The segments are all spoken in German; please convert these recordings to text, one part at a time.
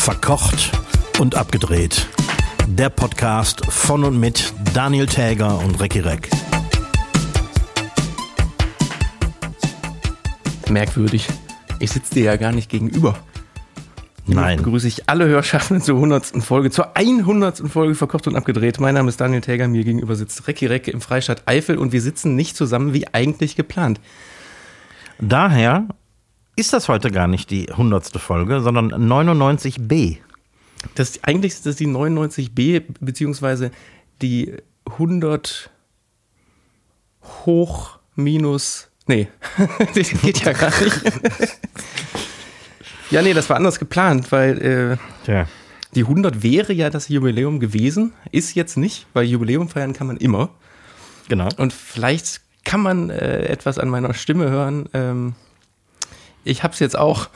Verkocht und abgedreht. Der Podcast von und mit Daniel Täger und Recki Reck. Merkwürdig. Ich sitze dir ja gar nicht gegenüber. Nein. Begrüße ich alle Hörschaffenden zur 100. Folge, zur 100. Folge Verkocht und abgedreht. Mein Name ist Daniel Täger, mir gegenüber sitzt Recki Reck im Freistaat Eifel und wir sitzen nicht zusammen wie eigentlich geplant. Daher ist das heute gar nicht die 100. Folge, sondern 99b. Eigentlich ist das die 99b, beziehungsweise die 100 hoch minus... Nee, das geht ja gar nicht. Ja, nee, das war anders geplant, weil die 100 wäre ja das Jubiläum gewesen, ist jetzt nicht, weil Jubiläum feiern kann man immer. Genau. Und vielleicht kann man etwas an meiner Stimme hören. Ich hab's jetzt auch.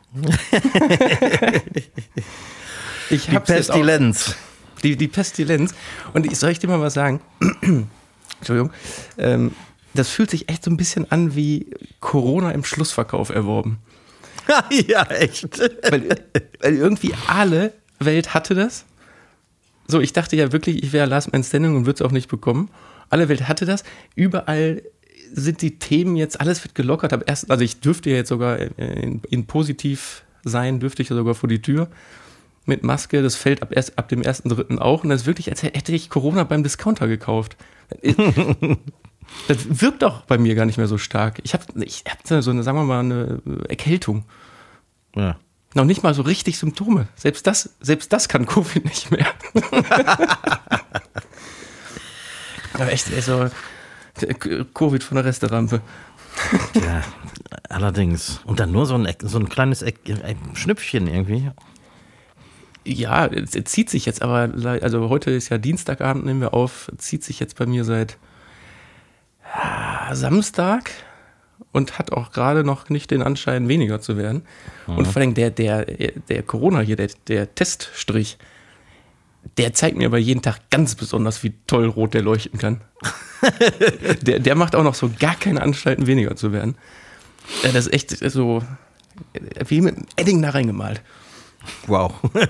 Die Pestilenz. Die Pestilenz. Und soll ich dir mal was sagen? Entschuldigung. Das fühlt sich echt so ein bisschen an wie Corona im Schlussverkauf erworben. Ja, echt. Weil irgendwie alle Welt hatte das. So, ich dachte ja wirklich, ich wäre Last Man Standing und würde es auch nicht bekommen. Alle Welt hatte das. Überall sind die Themen jetzt, alles wird gelockert. Also ich dürfte ja jetzt sogar in positiv sein, dürfte ich ja sogar vor die Tür mit Maske. Das fällt ab dem 1.3. auch. Und das ist wirklich, als hätte ich Corona beim Discounter gekauft. Das wirkt auch bei mir gar nicht mehr so stark. Ich hab so eine, sagen wir mal, eine Erkältung. Ja. Noch nicht mal so richtig Symptome. Selbst das kann Covid nicht mehr. Aber echt, so Covid von der Resterampe. Ja, allerdings. Und dann nur so ein kleines Schnüpfchen irgendwie. Ja, es zieht sich jetzt aber, also heute ist ja Dienstagabend, nehmen wir auf, zieht sich jetzt bei mir seit Samstag und hat auch gerade noch nicht den Anschein, weniger zu werden. Mhm. Und vor allem der Corona hier, der Teststrich, der zeigt mir aber jeden Tag ganz besonders, wie toll rot der leuchten kann. der macht auch noch so gar keine Anstalten, weniger zu werden. Das ist echt so wie mit Edding da reingemalt. Wow.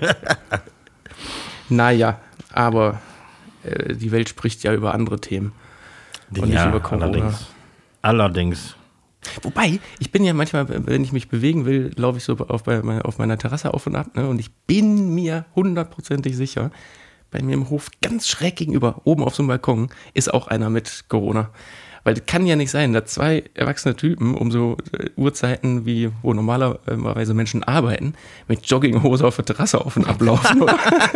Naja, aber die Welt spricht ja über andere Themen. Und nicht über Corona. Allerdings. Wobei, ich bin ja manchmal, wenn ich mich bewegen will, laufe ich so auf meiner Terrasse auf und ab. Ne? Und ich bin mir 100% sicher, bei mir im Hof ganz schräg gegenüber, oben auf so einem Balkon, ist auch einer mit Corona. Weil das kann ja nicht sein, dass zwei erwachsene Typen um so Uhrzeiten, wie wo normalerweise Menschen arbeiten, mit Jogginghose auf der Terrasse auf und ablaufen.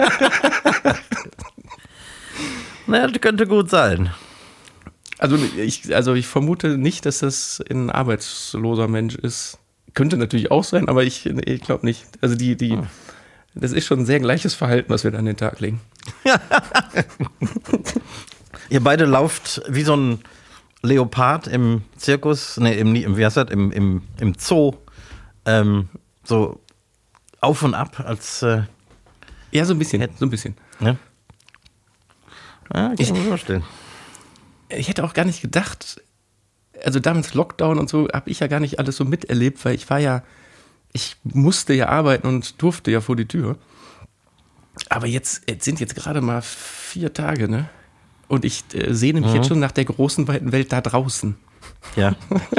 Naja, das könnte gut sein. Also ich vermute nicht, dass das ein arbeitsloser Mensch ist. Könnte natürlich auch sein, aber ich glaube nicht. Also das ist schon ein sehr gleiches Verhalten, was wir da an den Tag legen. Ihr beide lauft wie so ein Leopard im Zirkus, im Zoo, so auf und ab als ja, so ein bisschen. Ja, kann ich mir vorstellen. Ich hätte auch gar nicht gedacht, also damals Lockdown und so, habe ich ja gar nicht alles so miterlebt, weil ich musste ja arbeiten und durfte ja vor die Tür. Aber jetzt sind gerade mal 4 Tage, ne? Und ich sehne mich jetzt schon nach der großen, weiten Welt da draußen. Ja.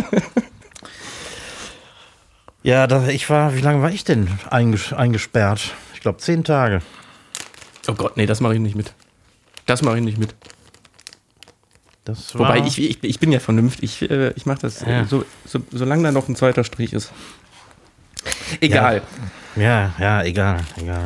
Ja, wie lange war ich denn eingesperrt? Ich glaube 10 Tage. Oh Gott, nee, das mache ich nicht mit. Wobei, ich bin ja vernünftig. Ich mache das, solange da noch ein zweiter Strich ist. Egal. Ja, egal.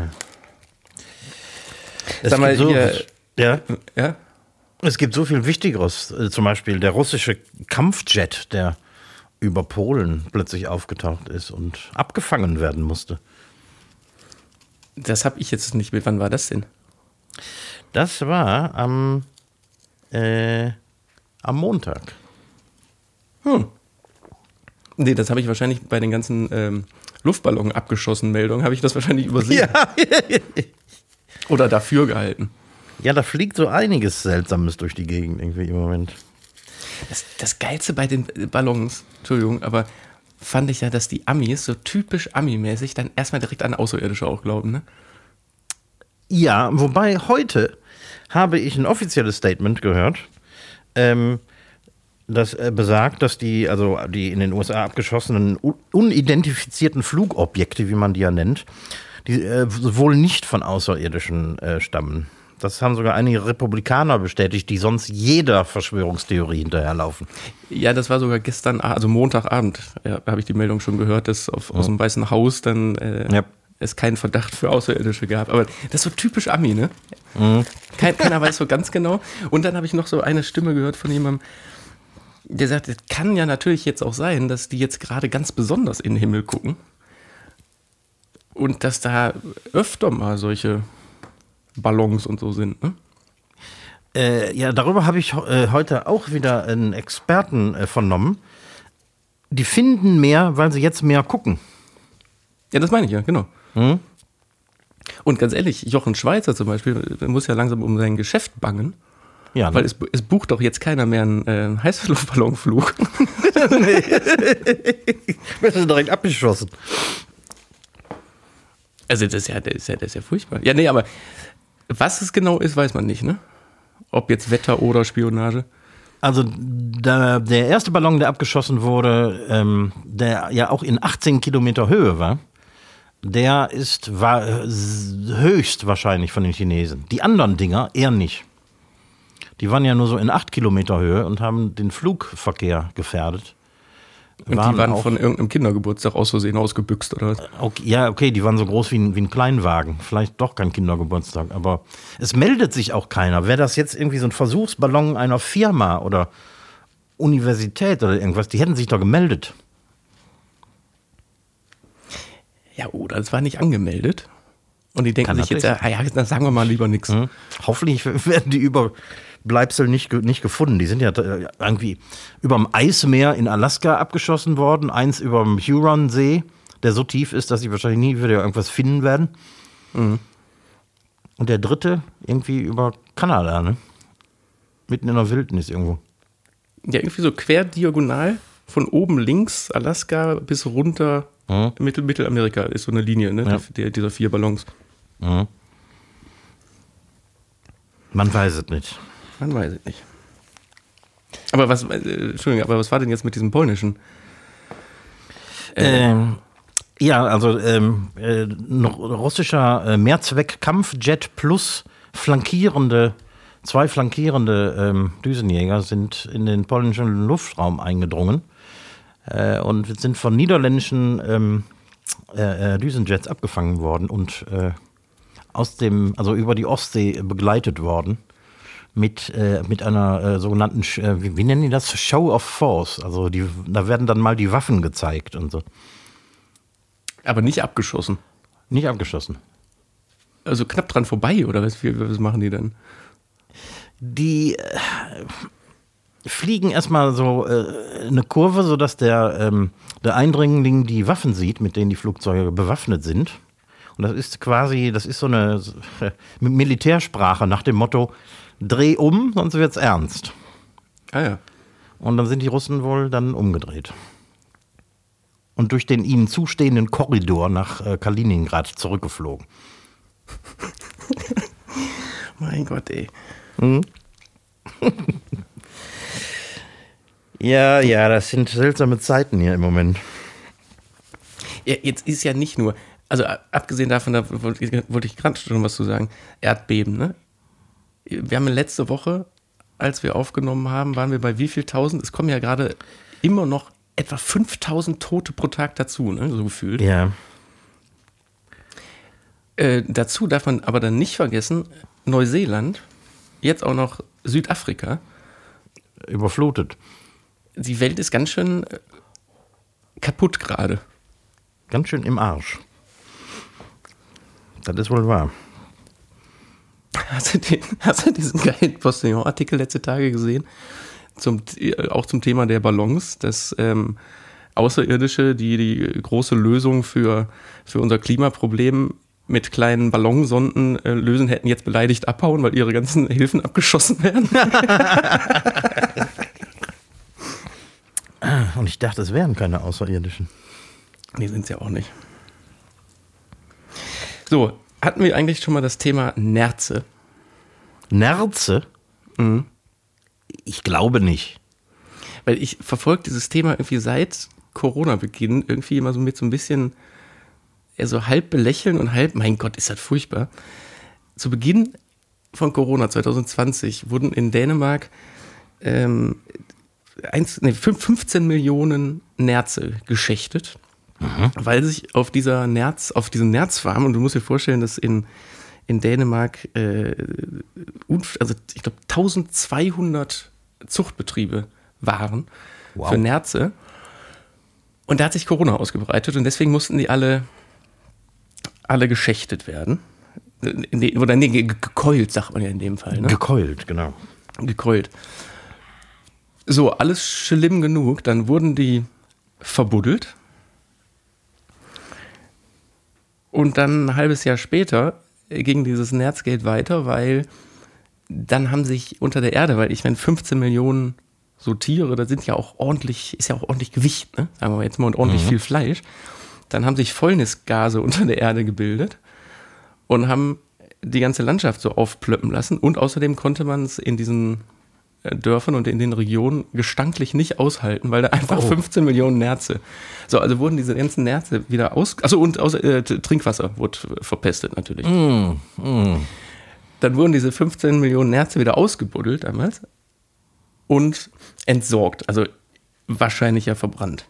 Sag mal, ja? Ja? Es gibt so viel Wichtigeres. Zum Beispiel der russische Kampfjet, der über Polen plötzlich aufgetaucht ist und abgefangen werden musste. Das habe ich jetzt nicht mit. Wann war das denn? Das war am Montag. Nee, das habe ich wahrscheinlich bei den ganzen Luftballon abgeschossen Meldungen, habe ich das wahrscheinlich übersehen. Ja. Oder dafür gehalten. Ja, da fliegt so einiges Seltsames durch die Gegend irgendwie im Moment. Das Geilste bei den Ballons, Entschuldigung, aber fand ich ja, dass die Amis so typisch Ami-mäßig dann erstmal direkt an Außerirdische auch glauben, ne? Ja, wobei heute habe ich ein offizielles Statement gehört, das besagt, dass die in den USA abgeschossenen unidentifizierten Flugobjekte, wie man die ja nennt, die wohl nicht von Außerirdischen stammen. Das haben sogar einige Republikaner bestätigt, die sonst jeder Verschwörungstheorie hinterherlaufen. Ja, das war sogar gestern, also Montagabend, habe ich die Meldung schon gehört, dass aus dem Weißen Haus dann es keinen Verdacht für Außerirdische gab. Aber das ist so typisch Ami, ne? Mhm. Keiner weiß so ganz genau. Und dann habe ich noch so eine Stimme gehört von jemandem, der sagt, es kann ja natürlich jetzt auch sein, dass die jetzt gerade ganz besonders in den Himmel gucken und dass da öfter mal solche Ballons und so sind, ne? Ja, darüber habe ich heute auch wieder einen Experten vernommen. Die finden mehr, weil sie jetzt mehr gucken. Ja, das meine ich ja, genau. Hm? Und ganz ehrlich, Jochen Schweizer zum Beispiel muss ja langsam um sein Geschäft bangen. Ja, ne? Weil es bucht doch jetzt keiner mehr einen Heißluftballonflug. Nee. Wird direkt abgeschossen. Also das ist ja furchtbar. Ja, nee, aber was es genau ist, weiß man nicht, ne? Ob jetzt Wetter oder Spionage. Also der erste Ballon, der abgeschossen wurde, der ja auch in 18 Kilometer Höhe war, der war höchst wahrscheinlich von den Chinesen. Die anderen Dinger eher nicht. Die waren ja nur so in 8 Kilometer Höhe und haben den Flugverkehr gefährdet. Und die waren von irgendeinem Kindergeburtstag aus Versehen ausgebüxt, oder was? Okay, die waren so groß wie ein Kleinwagen. Vielleicht doch kein Kindergeburtstag, aber es meldet sich auch keiner. Wäre das jetzt irgendwie so ein Versuchsballon einer Firma oder Universität oder irgendwas, die hätten sich doch gemeldet. Ja, oder es war nicht angemeldet. Und die denken sich jetzt, dann sagen wir mal lieber nichts. Hoffentlich werden die Überbleibsel nicht gefunden. Die sind ja irgendwie überm Eismeer in Alaska abgeschossen worden. Eins überm Huron-See, der so tief ist, dass sie wahrscheinlich nie wieder irgendwas finden werden. Mhm. Und der dritte irgendwie über Kanada, ne? Mitten in der Wildnis irgendwo. Ja, irgendwie so querdiagonal von oben links Alaska bis runter Mittelamerika ist so eine Linie, ne? Ja. Dieser 4 Ballons. Mhm. Man weiß es nicht. Man weiß es nicht. Aber was war denn jetzt mit diesem polnischen? Ja, also russischer Mehrzweck-Kampfjet plus zwei flankierende Düsenjäger sind in den polnischen Luftraum eingedrungen und sind von niederländischen Düsenjets abgefangen worden und über die Ostsee begleitet worden mit einer sogenannten, wie nennen die das? Show of Force. Also da werden dann mal die Waffen gezeigt und so. Aber nicht abgeschossen. Nicht abgeschossen. Also knapp dran vorbei, oder was machen die dann? Die fliegen erstmal so eine Kurve, sodass der Eindringling die Waffen sieht, mit denen die Flugzeuge bewaffnet sind. Und das ist so eine Militärsprache nach dem Motto, dreh um, sonst wird's ernst. Ah ja. Und dann sind die Russen wohl dann umgedreht. Und durch den ihnen zustehenden Korridor nach Kaliningrad zurückgeflogen. Mein Gott, ey. Hm? Ja, das sind seltsame Zeiten hier im Moment. Ja, jetzt ist ja nicht nur, also abgesehen davon, da wollte ich gerade schon was zu sagen, Erdbeben, ne? Wir haben letzte Woche, als wir aufgenommen haben, waren wir bei wie viel tausend? Es kommen ja gerade immer noch etwa 5000 Tote pro Tag dazu, ne? So gefühlt. Ja. Dazu darf man aber dann nicht vergessen, Neuseeland, jetzt auch noch Südafrika. Überflutet. Die Welt ist ganz schön kaputt gerade. Ganz schön im Arsch. Das ist wohl wahr. Hast du diesen geilen Postillon-Artikel letzte Tage gesehen? Auch zum Thema der Ballons, dass Außerirdische, die große Lösung für unser Klimaproblem mit kleinen Ballonsonden lösen, hätten jetzt beleidigt abhauen, weil ihre ganzen Hilfen abgeschossen werden. Und ich dachte, es wären keine Außerirdischen. Nee, sind es ja auch nicht. So, hatten wir eigentlich schon mal das Thema Nerze? Nerze? Mhm. Ich glaube nicht. Weil ich verfolge dieses Thema irgendwie seit Corona-Beginn irgendwie immer so mit so ein bisschen so halb belächeln und halb, mein Gott, ist das furchtbar. Zu Beginn von Corona 2020 wurden in Dänemark 15 Millionen Nerze geschächtet, weil sich auf diesen Nerzfarmen, und du musst dir vorstellen, dass in Dänemark also ich glaube 1200 Zuchtbetriebe waren für Nerze. Und da hat sich Corona ausgebreitet und deswegen mussten die alle geschächtet werden. Oder gekeult, sagt man ja in dem Fall. Ne? Gekeult, genau. Gekeult. So, alles schlimm genug. Dann wurden die verbuddelt. Und dann ein halbes Jahr später ging dieses Nerzgate weiter, weil dann haben sich unter der Erde, weil ich meine 15 Millionen so Tiere, da ist ja auch ordentlich Gewicht, ne? Sagen wir mal jetzt mal, und ordentlich viel Fleisch. Dann haben sich Fäulnisgase unter der Erde gebildet und haben die ganze Landschaft so aufplöppen lassen. Und außerdem konnte man es in diesen Dörfern und in den Regionen gestanklich nicht aushalten, weil da einfach 15 Millionen Nerze. So, also wurden diese ganzen Nerze wieder Trinkwasser wurde verpestet natürlich. Dann wurden diese 15 Millionen Nerze wieder ausgebuddelt damals und entsorgt, also wahrscheinlich ja verbrannt.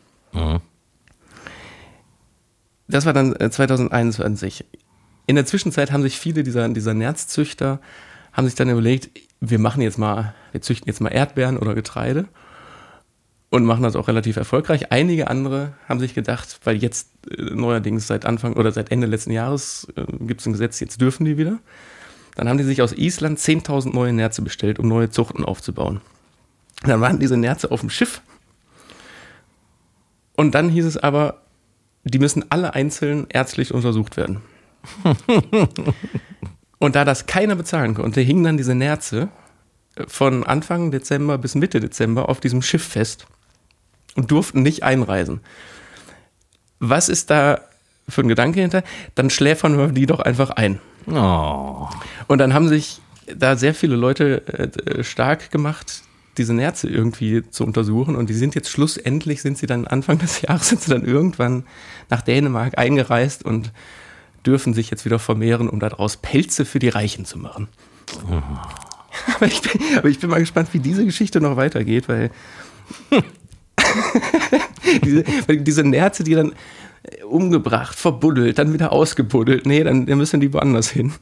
Das war dann 2021. In der Zwischenzeit haben sich viele dieser Nerzzüchter haben sich dann überlegt, wir züchten jetzt mal Erdbeeren oder Getreide und machen das auch relativ erfolgreich. Einige andere haben sich gedacht, weil jetzt neuerdings seit Ende letzten Jahres gibt es ein Gesetz, jetzt dürfen die wieder. Dann haben die sich aus Island 10.000 neue Nerze bestellt, um neue Zuchten aufzubauen. Dann waren diese Nerze auf dem Schiff und dann hieß es aber, die müssen alle einzeln ärztlich untersucht werden. Und da das keiner bezahlen konnte, hingen dann diese Nerze von Anfang Dezember bis Mitte Dezember auf diesem Schiff fest und durften nicht einreisen. Was ist da für ein Gedanke hinter? Dann schläfern wir die doch einfach ein. Oh. Und dann haben sich da sehr viele Leute stark gemacht, diese Nerze irgendwie zu untersuchen. Und die sind jetzt schlussendlich, Anfang des Jahres, sind sie dann irgendwann nach Dänemark eingereist und dürfen sich jetzt wieder vermehren, um daraus Pelze für die Reichen zu machen. Oh. Aber ich bin mal gespannt, wie diese Geschichte noch weitergeht, weil diese Nerze, die dann umgebracht, verbuddelt, dann wieder ausgebuddelt, dann müssen die woanders hin.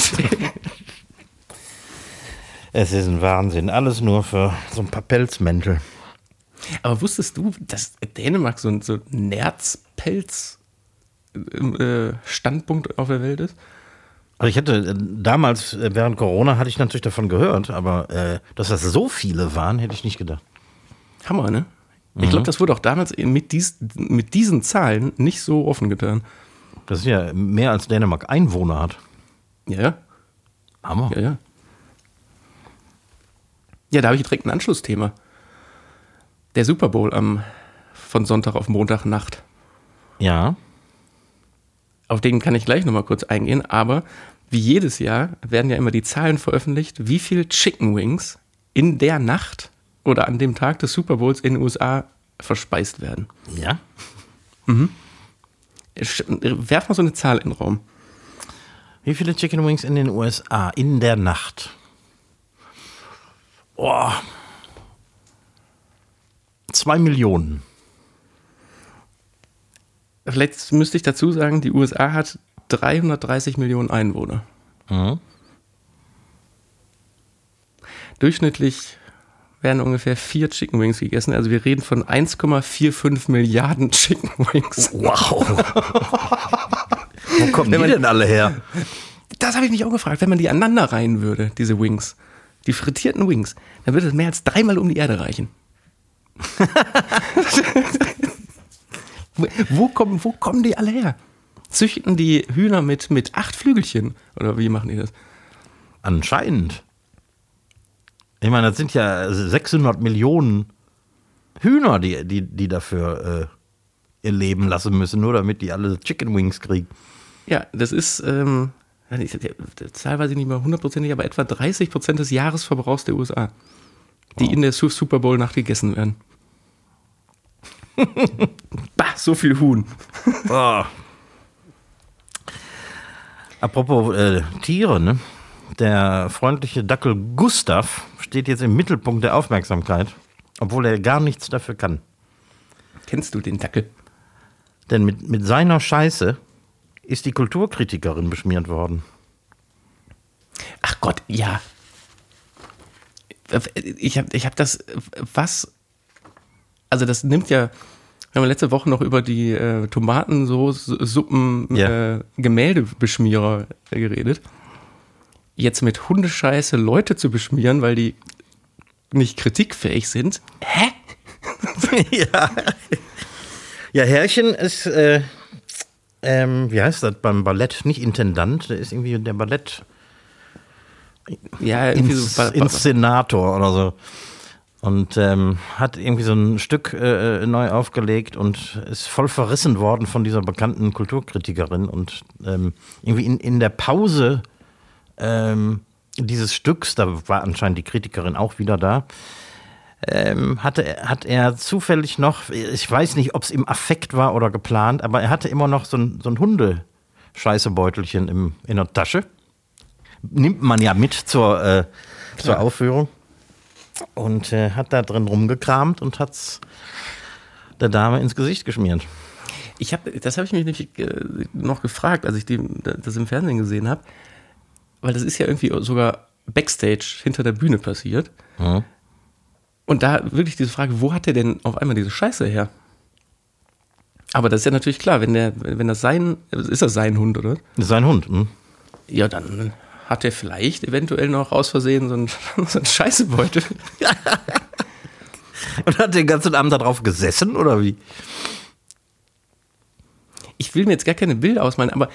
Es ist ein Wahnsinn, alles nur für so ein paar Pelzmäntel. Aber wusstest du, dass Dänemark so ein Nerzpelz Standpunkt auf der Welt ist? Also ich hatte damals, während Corona, hatte ich natürlich davon gehört, aber dass das so viele waren, hätte ich nicht gedacht. Hammer, ne? Ich glaube, das wurde auch damals mit diesen Zahlen nicht so offen getan. Das ist ja mehr als Dänemark Einwohner hat. Ja. Hammer. Ja. Ja, da habe ich direkt ein Anschlussthema. Der Super Bowl von Sonntag auf Montagnacht. Ja. Auf den kann ich gleich nochmal kurz eingehen, aber wie jedes Jahr werden ja immer die Zahlen veröffentlicht, wie viel Chicken Wings in der Nacht oder an dem Tag des Super Bowls in den USA verspeist werden. Ja? Werf mal so eine Zahl in den Raum. Wie viele Chicken Wings in den USA in der Nacht? 2 Millionen. Vielleicht müsste ich dazu sagen, die USA hat 330 Millionen Einwohner. Durchschnittlich werden ungefähr 4 Chicken Wings gegessen. Also wir reden von 1,45 Milliarden Chicken Wings. Wow. Wo kommen die denn alle her? Das habe ich mich auch gefragt. Wenn man die aneinander reihen würde, diese Wings, die frittierten Wings, dann würde es mehr als 3-mal um die Erde reichen. Wo kommen die alle her? Züchten die Hühner mit 8 Flügelchen? Oder wie machen die das? Anscheinend. Ich meine, das sind ja 600 Millionen Hühner, die dafür ihr Leben lassen müssen, nur damit die alle Chicken Wings kriegen. Ja, das ist, die Zahl weiß ich nicht mehr hundertprozentig, aber etwa 30% des Jahresverbrauchs der USA, die in der Super Bowl-Nacht gegessen werden. Bah, so viel Huhn. Oh. Apropos Tiere, ne? Der freundliche Dackel Gustav steht jetzt im Mittelpunkt der Aufmerksamkeit, obwohl er gar nichts dafür kann. Kennst du den Dackel? Denn mit seiner Scheiße ist die Kulturkritikerin beschmiert worden. Ach Gott, ja. Ich hab das, was, also das nimmt ja, wir haben letzte Woche noch über die Tomatensoße-Suppen Gemäldebeschmierer geredet. Jetzt mit Hundescheiße Leute zu beschmieren, weil die nicht kritikfähig sind. Hä? Ja. Ja, Herrchen ist, wie heißt das beim Ballett? Nicht Intendant, der ist irgendwie der Ballett ja, irgendwie Inszenator oder so. Und hat irgendwie so ein Stück neu aufgelegt und ist voll verrissen worden von dieser bekannten Kulturkritikerin. Und irgendwie in der Pause dieses Stücks, da war anscheinend die Kritikerin auch wieder da, hat er zufällig noch, ich weiß nicht, ob es im Affekt war oder geplant, aber er hatte immer noch so ein Hundescheißebeutelchen in der Tasche. Nimmt man ja mit zur Aufführung. Und hat da drin rumgekramt und hat's der Dame ins Gesicht geschmiert. Das habe ich mich nämlich noch gefragt, als ich das im Fernsehen gesehen habe. Weil das ist ja irgendwie sogar Backstage hinter der Bühne passiert. Mhm. Und da wirklich diese Frage, wo hat der denn auf einmal diese Scheiße her? Aber das ist ja natürlich klar, ist das sein Hund, oder? Sein Hund, Ja, dann hat er vielleicht eventuell noch aus Versehen so einen Scheißebeutel. Und hat den ganzen Abend da drauf gesessen, oder wie? Ich will mir jetzt gar keine Bilder ausmalen, aber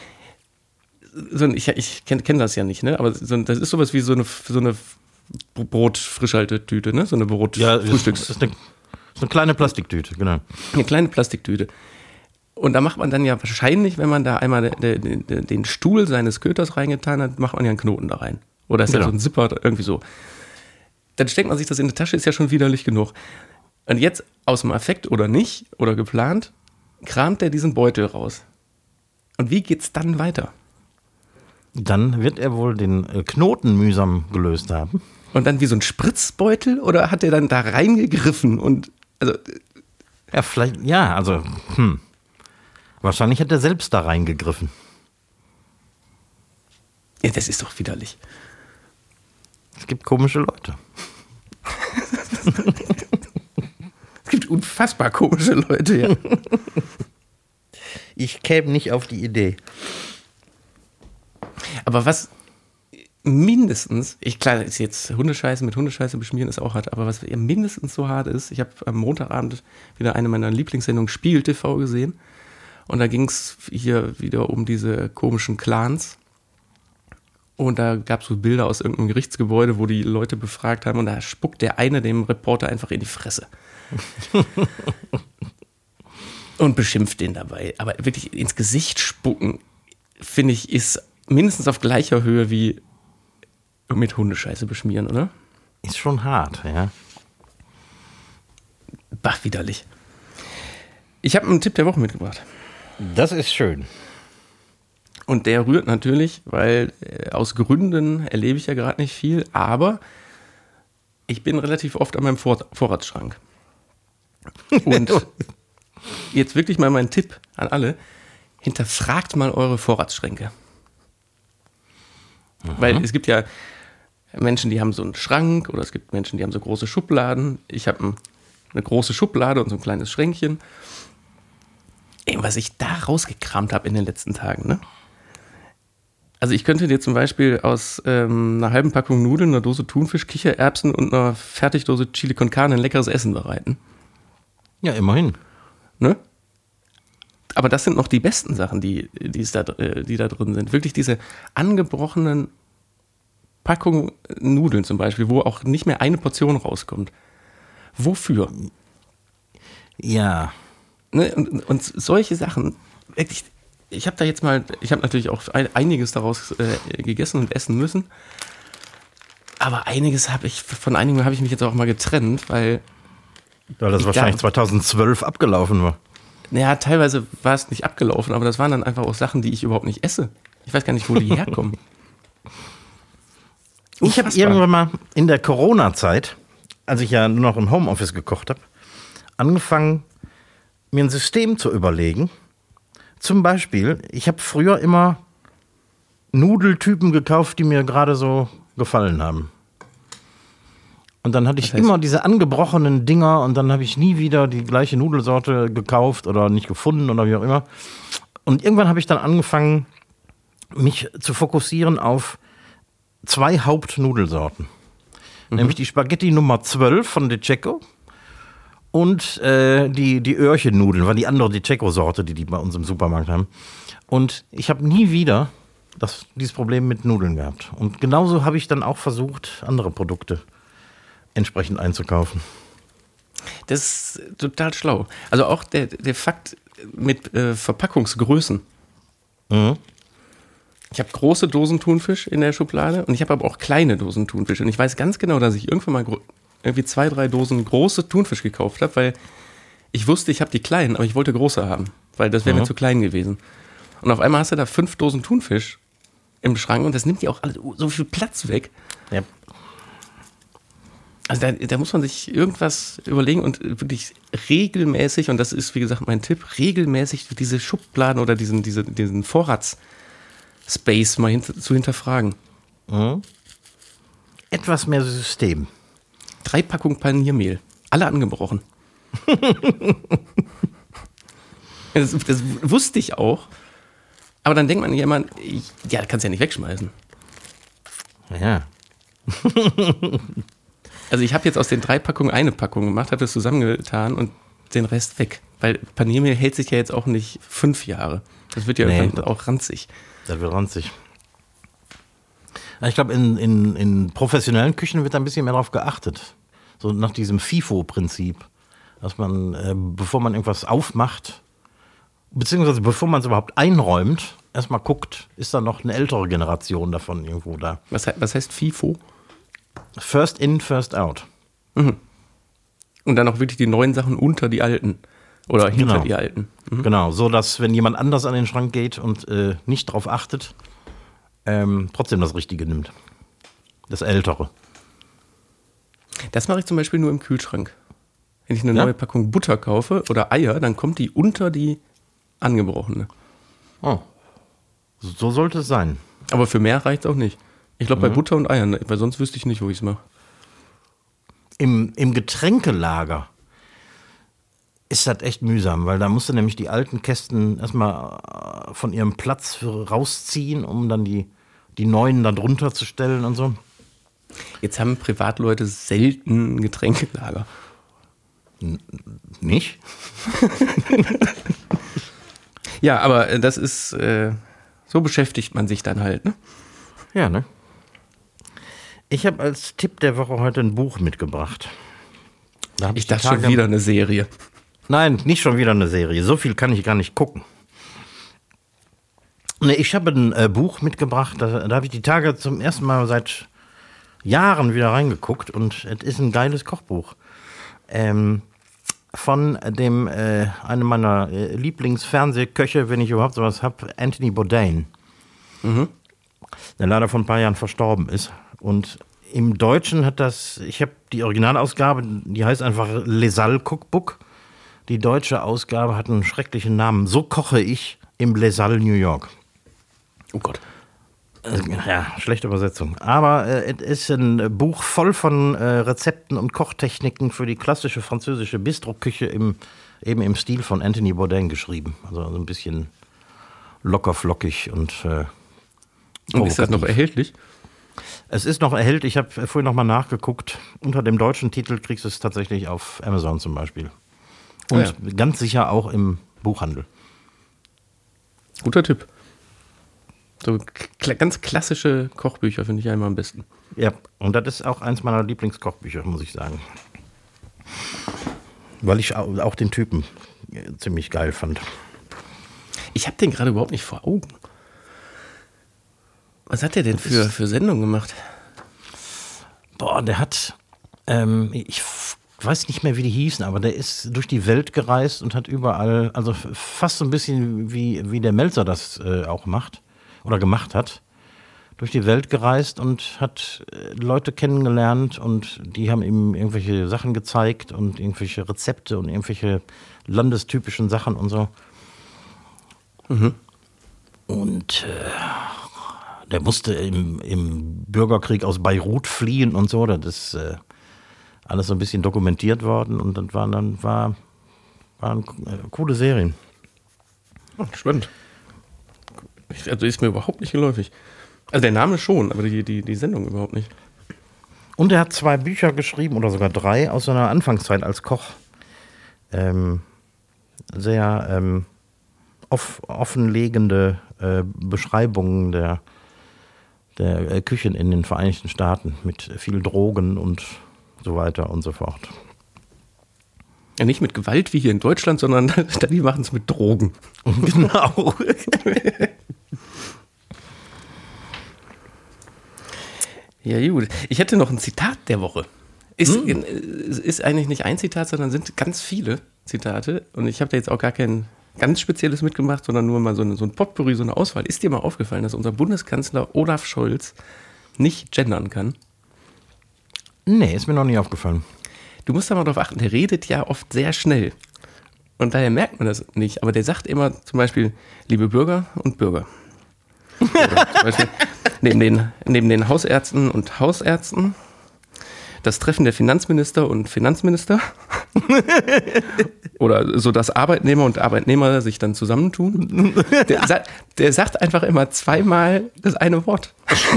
ich kenn das ja nicht, ne? Aber das ist sowas wie so eine Brotfrischhaltetüte, ne? So eine Frühstücks. Das ist eine kleine Plastiktüte, genau. Eine kleine Plastiktüte. Und da macht man dann ja wahrscheinlich, wenn man da einmal den Stuhl seines Köters reingetan hat, macht man ja einen Knoten da rein. Oder ist ja so ein Zipper, irgendwie so. Dann steckt man sich das in die Tasche, ist ja schon widerlich genug. Und jetzt, aus dem Affekt oder nicht, oder geplant, kramt er diesen Beutel raus. Und wie geht's dann weiter? Dann wird er wohl den Knoten mühsam gelöst haben. Und dann wie so ein Spritzbeutel? Oder hat er dann da reingegriffen? Und, also. Ja, vielleicht, ja, also, wahrscheinlich hat er selbst da reingegriffen. Ja, das ist doch widerlich. Es gibt komische Leute. Es gibt unfassbar komische Leute, ja. Ich käme nicht auf die Idee. Aber was mindestens, klar, ist jetzt Hundescheiße mit Hundescheiße beschmieren ist auch hart, aber was mindestens so hart ist, ich habe am Montagabend wieder eine meiner Lieblingssendungen Spiegel TV gesehen und da ging es hier wieder um diese komischen Clans und da gab es so Bilder aus irgendeinem Gerichtsgebäude, wo die Leute befragt haben und da spuckt der eine dem Reporter einfach in die Fresse. Und beschimpft den dabei. Aber wirklich ins Gesicht spucken, finde ich, ist mindestens auf gleicher Höhe wie mit Hundescheiße beschmieren, oder? Ist schon hart, ja. Bah, widerlich. Ich habe einen Tipp der Woche mitgebracht. Das ist schön. Und der rührt natürlich, weil aus Gründen erlebe ich ja gerade nicht viel, aber ich bin relativ oft an meinem Vorratsschrank. Und jetzt wirklich mal mein Tipp an alle, hinterfragt mal eure Vorratsschränke. Weil es gibt ja Menschen, die haben so einen Schrank oder es gibt Menschen, die haben so große Schubladen. Ich habe eine große Schublade und so ein kleines Schränkchen. Was ich da rausgekramt habe in den letzten Tagen, ne? Also ich könnte dir zum Beispiel aus einer halben Packung Nudeln, einer Dose Thunfisch, Kichererbsen und einer Fertigdose Chili con Carne ein leckeres Essen bereiten. Ja, immerhin. Ne? Aber das sind noch die besten Sachen, die da drin sind. Wirklich diese angebrochenen Packungen Nudeln zum Beispiel, wo auch nicht mehr eine Portion rauskommt. Wofür? Ja. Ne? Und solche Sachen, wirklich, ich habe natürlich auch einiges daraus gegessen und essen müssen. Aber von einigen habe ich mich jetzt auch mal getrennt, weil das wahrscheinlich 2012 abgelaufen war. Naja, teilweise war es nicht abgelaufen, aber das waren dann einfach auch Sachen, die ich überhaupt nicht esse. Ich weiß gar nicht, wo die herkommen. Ich habe irgendwann mal in der Corona-Zeit, als ich ja nur noch im Homeoffice gekocht habe, angefangen, mir ein System zu überlegen. Zum Beispiel, ich habe früher immer Nudeltypen gekauft, die mir gerade so gefallen haben. Und dann hatte ich immer diese angebrochenen Dinger und dann habe ich nie wieder die gleiche Nudelsorte gekauft oder nicht gefunden oder wie auch immer. Und irgendwann habe ich dann angefangen, mich zu fokussieren auf 2 Hauptnudelsorten. Nämlich die Spaghetti Nummer 12 von De Cecco und die Öhrchen-Nudeln, war die andere De Cecco-Sorte, die bei uns im Supermarkt haben. Und ich habe nie wieder dieses Problem mit Nudeln gehabt. Und genauso habe ich dann auch versucht, andere Produkte entsprechend einzukaufen. Das ist total schlau. Also auch der Fakt mit Verpackungsgrößen. Mhm. Ich habe große Dosen Thunfisch in der Schublade und ich habe aber auch kleine Dosen Thunfisch. Und ich weiß ganz genau, dass ich irgendwann mal irgendwie 2, 3 Dosen große Thunfisch gekauft habe, weil ich wusste, ich habe die kleinen, aber ich wollte große haben, weil das wäre mir zu klein gewesen. Und auf einmal hast du da 5 Dosen Thunfisch im Schrank und das nimmt ja auch alles so viel Platz weg. Ja. Also da muss man sich irgendwas überlegen und wirklich regelmäßig, und das ist wie gesagt mein Tipp, regelmäßig diese Schubladen oder diesen Vorratsspace mal zu hinterfragen. Mhm. Etwas mehr System. 3 Packungen Paniermehl, alle angebrochen. das wusste ich auch, aber dann denkt man ja immer, ja, kannst ja nicht wegschmeißen. Ja. Also ich habe jetzt aus den 3 Packungen eine Packung gemacht, habe das zusammengetan und den Rest weg. Weil Paniermehl hält sich ja jetzt auch nicht 5 Jahre. Das wird ja irgendwann auch ranzig. Das wird ranzig. Ich glaube, in professionellen Küchen wird da ein bisschen mehr drauf geachtet. So nach diesem FIFO-Prinzip. Dass man, bevor man irgendwas aufmacht, beziehungsweise bevor man es überhaupt einräumt, erstmal guckt, ist da noch eine ältere Generation davon irgendwo da. Was heißt FIFO? First in, first out. Mhm. Und dann auch wirklich die neuen Sachen unter die alten. Oder hinter die alten. Mhm. Genau, so dass wenn jemand anders an den Schrank geht und nicht drauf achtet, trotzdem das Richtige nimmt. Das Ältere. Das mache ich zum Beispiel nur im Kühlschrank. Wenn ich eine neue Packung Butter kaufe oder Eier, dann kommt die unter die angebrochene. Oh, so sollte es sein. Aber für mehr reicht es auch nicht. Ich glaube bei Butter und Eiern, weil sonst wüsste ich nicht, wo ich es mache. Im Getränkelager ist das echt mühsam, weil da musst du nämlich die alten Kästen erstmal von ihrem Platz rausziehen, um dann die neuen da drunter zu stellen und so. Jetzt haben Privatleute selten ein Getränkelager. Nicht? Ja, aber das ist, so beschäftigt man sich dann halt, ne? Ja, ne? Ich habe als Tipp der Woche heute ein Buch mitgebracht. Ich dachte schon wieder eine Serie. Nein, nicht schon wieder eine Serie. So viel kann ich gar nicht gucken. Nee, ich habe ein Buch mitgebracht, da habe ich die Tage zum ersten Mal seit Jahren wieder reingeguckt und es ist ein geiles Kochbuch. Von dem, einem meiner Lieblingsfernsehköche, wenn ich überhaupt sowas habe, Anthony Bourdain. Mhm. Der leider vor ein paar Jahren verstorben ist. Und im Deutschen ich habe die Originalausgabe, die heißt einfach Les Salles Cookbook. Die deutsche Ausgabe hat einen schrecklichen Namen. So koche ich im Les Salles New York. Oh Gott. Ja, schlechte Übersetzung. Aber es ist ein Buch voll von Rezepten und Kochtechniken für die klassische französische Bistro-Küche eben im Stil von Anthony Bourdain geschrieben. Also ein bisschen locker flockig und Und ist das noch erhältlich? Es ist noch erhältlich. Ich habe vorhin noch mal nachgeguckt. Unter dem deutschen Titel kriegst du es tatsächlich auf Amazon zum Beispiel. Und ganz sicher auch im Buchhandel. Guter Tipp. So ganz klassische Kochbücher finde ich ja immer am besten. Ja, und das ist auch eins meiner Lieblingskochbücher, muss ich sagen. Weil ich auch den Typen ziemlich geil fand. Ich habe den gerade überhaupt nicht vor Augen. Was hat der denn für Sendungen gemacht? Boah, der hat, ich weiß nicht mehr, wie die hießen, aber der ist durch die Welt gereist und hat überall, also fast so ein bisschen wie der Melzer das auch macht oder gemacht hat. Durch die Welt gereist und hat Leute kennengelernt und die haben ihm irgendwelche Sachen gezeigt und irgendwelche Rezepte und irgendwelche landestypischen Sachen und so. Mhm. Und der musste im Bürgerkrieg aus Beirut fliehen und so. Das ist alles so ein bisschen dokumentiert worden und das waren coole Serien. Spannend. Also ist mir überhaupt nicht geläufig. Also der Name schon, aber die Sendung überhaupt nicht. Und er hat 2 Bücher geschrieben oder sogar 3 aus seiner Anfangszeit als Koch. Sehr offenlegende Beschreibungen der Küchen in den Vereinigten Staaten mit viel Drogen und so weiter und so fort. Ja, nicht mit Gewalt wie hier in Deutschland, sondern die machen es mit Drogen. Genau. Ja, gut. Ich hätte noch ein Zitat der Woche. Ist eigentlich nicht ein Zitat, sondern sind ganz viele Zitate. Und ich habe da jetzt auch gar kein ganz Spezielles mitgemacht, sondern nur mal so ein Potpourri, so eine Auswahl. Ist dir mal aufgefallen, dass unser Bundeskanzler Olaf Scholz nicht gendern kann? Nee, ist mir noch nie aufgefallen. Du musst da mal drauf achten, der redet ja oft sehr schnell. Und daher merkt man das nicht. Aber der sagt immer zum Beispiel, liebe Bürger und Bürger. Oder zum Beispiel, neben den Hausärzten und Hausärzten das Treffen der Finanzminister und Finanzminister. Oder so, dass Arbeitnehmer und Arbeitnehmer sich dann zusammentun. Der sagt einfach immer 2-mal das eine Wort.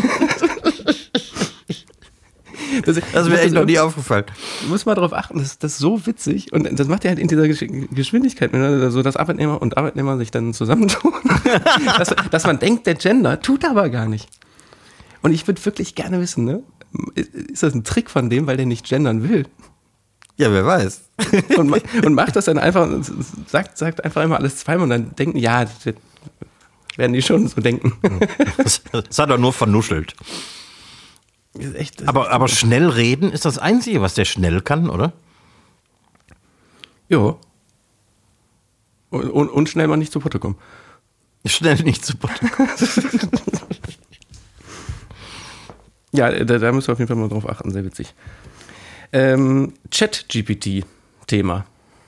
Das ist mir echt noch nie aufgefallen. Du musst mal darauf achten, das ist so witzig. Und das macht er halt in dieser Geschwindigkeit, so dass Arbeitnehmer und Arbeitnehmer sich dann zusammentun. dass man denkt, der Gender, tut aber gar nicht. Und ich würde wirklich gerne wissen, ne? Ist das ein Trick von dem, weil der nicht gendern will? Ja, wer weiß. Und macht das dann einfach, sagt einfach immer alles 2-mal und dann denken, ja, werden die schon so denken. Das hat er nur vernuschelt. Echt, aber schnell reden ist das Einzige, was der schnell kann, oder? Ja. Und schnell mal nicht zu Potte kommen. Schnell nicht zu Potte kommen. Ja, da müssen wir auf jeden Fall mal drauf achten, sehr witzig. Chat-GPT-Thema.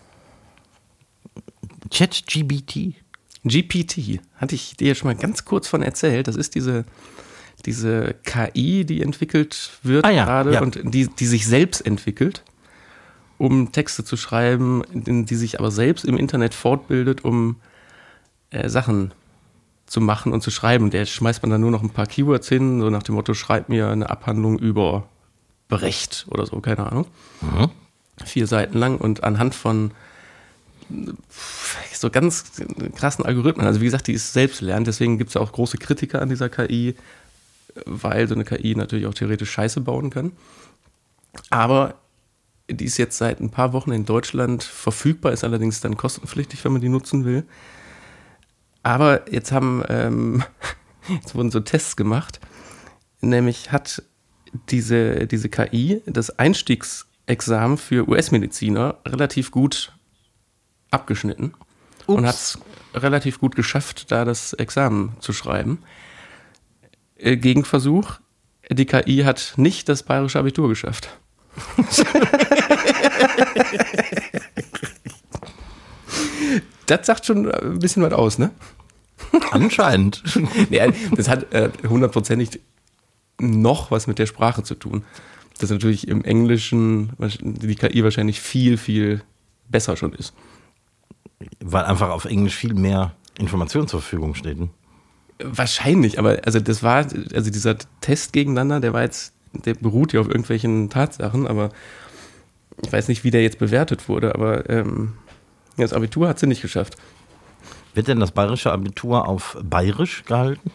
Chat-GPT? GPT, hatte ich dir schon mal ganz kurz von erzählt. Das ist diese KI, die entwickelt wird gerade und die sich selbst entwickelt, um Texte zu schreiben, die sich aber selbst im Internet fortbildet, um Sachen zu machen und zu schreiben. Der schmeißt man dann nur noch ein paar Keywords hin, so nach dem Motto, schreib mir eine Abhandlung über Brecht oder so, keine Ahnung. 4 Seiten lang und anhand von so ganz krassen Algorithmen. Also wie gesagt, die ist selbstlernend, deswegen gibt es auch große Kritiker an dieser KI, weil so eine KI natürlich auch theoretisch Scheiße bauen kann. Aber die ist jetzt seit ein paar Wochen in Deutschland verfügbar, ist allerdings dann kostenpflichtig, wenn man die nutzen will. Aber jetzt wurden so Tests gemacht, nämlich hat diese KI das Einstiegsexamen für US-Mediziner relativ gut abgeschnitten. Und hat es relativ gut geschafft, da das Examen zu schreiben. Gegenversuch, die KI hat nicht das bayerische Abitur geschafft. Das sagt schon ein bisschen was aus, ne? Anscheinend. Nee, das hat 100%ig noch was mit der Sprache zu tun. Das natürlich im Englischen die KI wahrscheinlich viel, viel besser schon ist. Weil einfach auf Englisch viel mehr Information zur Verfügung steht. Ne? Wahrscheinlich, aber dieser Test gegeneinander, der beruht ja auf irgendwelchen Tatsachen, aber ich weiß nicht, wie der jetzt bewertet wurde, aber das Abitur hat sie nicht geschafft. Wird denn das bayerische Abitur auf Bayerisch gehalten?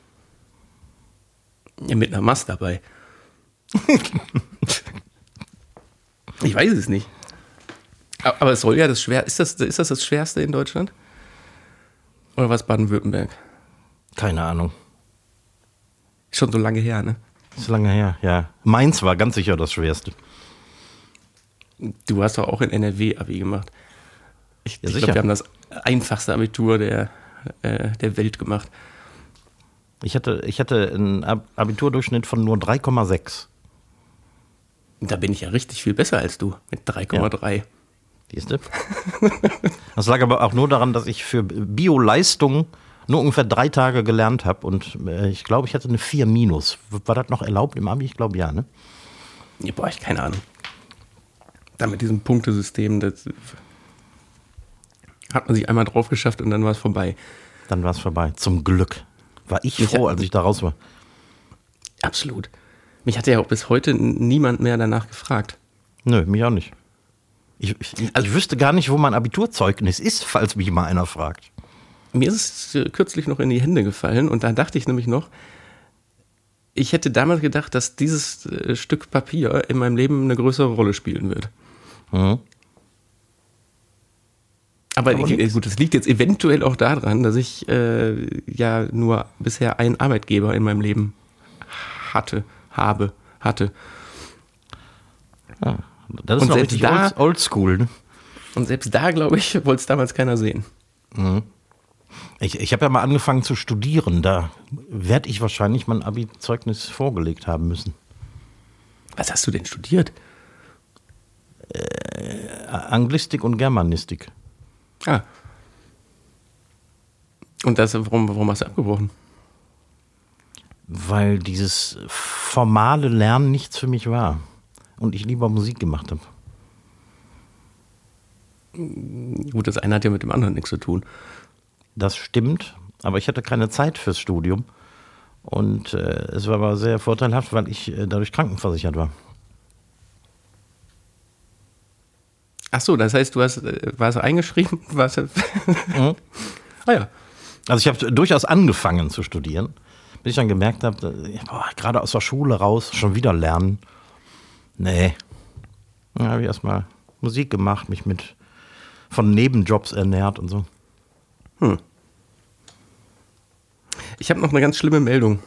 Ja, mit einer Maß dabei. Ich weiß es nicht. Aber es soll ja das schwer. Ist das Schwerste in Deutschland? Oder was Baden-Württemberg? Keine Ahnung. Schon so lange her, ne? Ist lange her, ja. Mainz war ganz sicher das Schwerste. Du hast doch auch in NRW Abi gemacht. Ich sicher. glaube, wir haben das einfachste Abitur der Welt gemacht. Ich hatte einen Abiturdurchschnitt von nur 3,6. Da bin ich ja richtig viel besser als du mit 3,3. Siehst du? Das lag aber auch nur daran, dass ich für Bio-Leistung nur ungefähr 3 Tage gelernt habe und ich glaube, ich hatte eine 4 minus. War das noch erlaubt im Abi? Ich glaube, ja, ne? Ja, boah, ich keine Ahnung. Da mit diesem Punktesystem, das hat man sich einmal drauf geschafft und dann war es vorbei. Dann war es vorbei. Zum Glück. War ich froh, als ich da raus war. Absolut. Mich hat ja auch bis heute niemand mehr danach gefragt. Nö, mich auch nicht. Ich wüsste gar nicht, wo mein Abiturzeugnis ist, falls mich mal einer fragt. Mir ist es kürzlich noch in die Hände gefallen und da dachte ich nämlich noch, ich hätte damals gedacht, dass dieses Stück Papier in meinem Leben eine größere Rolle spielen wird. Mhm. Aber gut, es liegt jetzt eventuell auch daran, dass ich ja nur bisher einen Arbeitgeber in meinem Leben hatte. Ja, das ist Und noch selbst richtig oldschool. Ne? Und selbst da, glaube ich, wollte es damals keiner sehen. Mhm. Ich habe ja mal angefangen zu studieren. Da werde ich wahrscheinlich mein Abi-Zeugnis vorgelegt haben müssen. Was hast du denn studiert? Anglistik und Germanistik. Ah. Und warum hast du abgebrochen? Weil dieses formale Lernen nichts für mich war. Und ich lieber Musik gemacht habe. Gut, das eine hat ja mit dem anderen nichts zu tun. Das stimmt, aber ich hatte keine Zeit fürs Studium. Und es war aber sehr vorteilhaft, weil ich dadurch krankenversichert war. Ach so, das heißt, warst eingeschrieben? Mhm. Ah ja. Also ich habe durchaus angefangen zu studieren, bis ich dann gemerkt habe, gerade aus der Schule raus, schon wieder lernen. Nee. Dann habe ich erstmal Musik gemacht, mich von Nebenjobs ernährt und so. Ich habe noch eine ganz schlimme Meldung.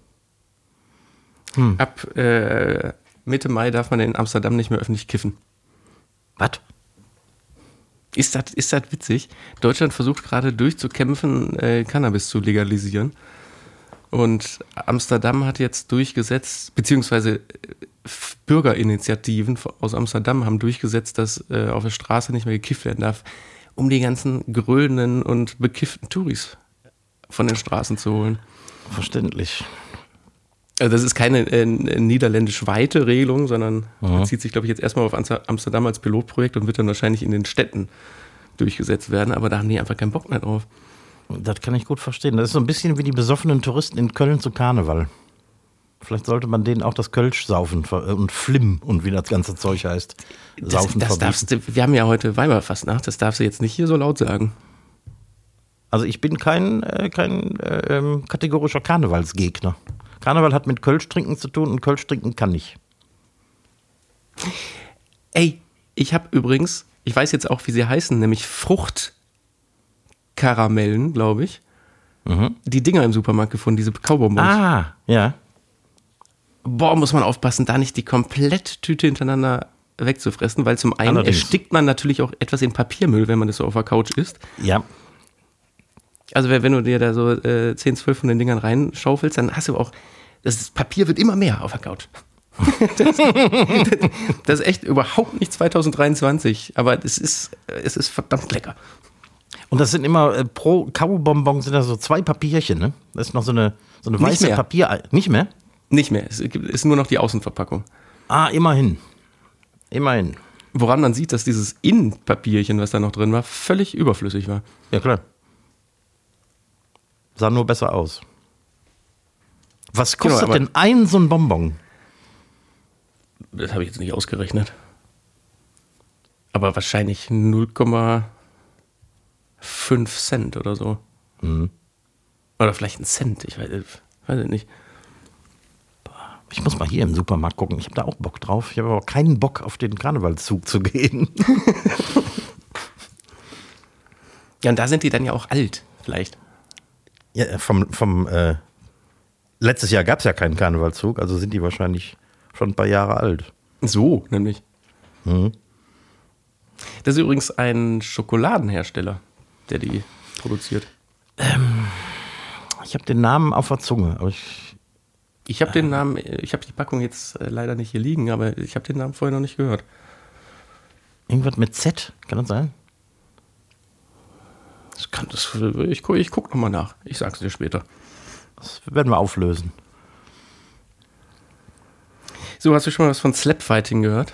Ab Mitte Mai darf man in Amsterdam nicht mehr öffentlich kiffen. Was? Ist das witzig? Deutschland versucht gerade durchzukämpfen, Cannabis zu legalisieren. Und Amsterdam hat jetzt durchgesetzt, beziehungsweise Bürgerinitiativen aus Amsterdam haben durchgesetzt, dass auf der Straße nicht mehr gekifft werden darf, um die ganzen grölenden und bekifften Touris von den Straßen zu holen. Verständlich. Also das ist keine niederländisch-weite Regelung, sondern bezieht sich, glaube ich, jetzt erstmal auf Amsterdam als Pilotprojekt und wird dann wahrscheinlich in den Städten durchgesetzt werden, aber da haben die einfach keinen Bock mehr drauf. Das kann ich gut verstehen. Das ist so ein bisschen wie die besoffenen Touristen in Köln zu Karneval. Vielleicht sollte man denen auch das Kölsch saufen und Flimm und wie das ganze Zeug heißt. Saufen das darfst du, wir haben ja heute Weiberfastnacht, das darfst du jetzt nicht hier so laut sagen. Also ich bin kein kategorischer Karnevalsgegner. Karneval hat mit Kölsch-Trinken zu tun und Kölsch-Trinken kann ich. Ey, ich habe übrigens, ich weiß jetzt auch, wie sie heißen, nämlich Fruchtkaramellen, glaube ich. Die Dinger im Supermarkt gefunden, diese Kaubonbons. Ah, ja. Boah, muss man aufpassen, da nicht die Komplett-Tüte hintereinander wegzufressen, weil zum einen erstickt man natürlich auch etwas in Papiermüll, wenn man das so auf der Couch isst. Ja. Also wenn du dir da so 10, 12 von den Dingern reinschaufelst, dann hast du auch, das Papier wird immer mehr auf der Couch. Das ist echt überhaupt nicht 2023, aber es ist verdammt lecker. Und das sind immer, pro Kaubonbon sind da so 2 Papierchen, ne? Das ist noch so eine weiße Papier. Nicht mehr? Nicht mehr, es ist nur noch die Außenverpackung. Ah, immerhin. Immerhin. Woran man sieht, dass dieses Innenpapierchen, was da noch drin war, völlig überflüssig war. Ja, klar. Sah nur besser aus. Was kostet denn so ein Bonbon? Das habe ich jetzt nicht ausgerechnet. Aber wahrscheinlich 0,5 Cent oder so. Oder vielleicht 1 Cent, ich weiß es nicht. Ich muss mal hier im Supermarkt gucken. Ich habe da auch Bock drauf. Ich habe aber keinen Bock, auf den Karnevalszug zu gehen. Ja, und da sind die dann ja auch alt, vielleicht. Ja, letztes Jahr gab es ja keinen Karnevalszug, also sind die wahrscheinlich schon ein paar Jahre alt. So, nämlich. Das ist übrigens ein Schokoladenhersteller, der die produziert. Ich habe den Namen auf der Zunge, aber Ich habe den Namen, ich habe die Packung jetzt leider nicht hier liegen, aber ich habe den Namen vorher noch nicht gehört. Irgendwas mit Z, kann das sein? Ich gucke nochmal nach. Ich sag's dir später. Das werden wir auflösen. So, hast du schon mal was von Slapfighting gehört?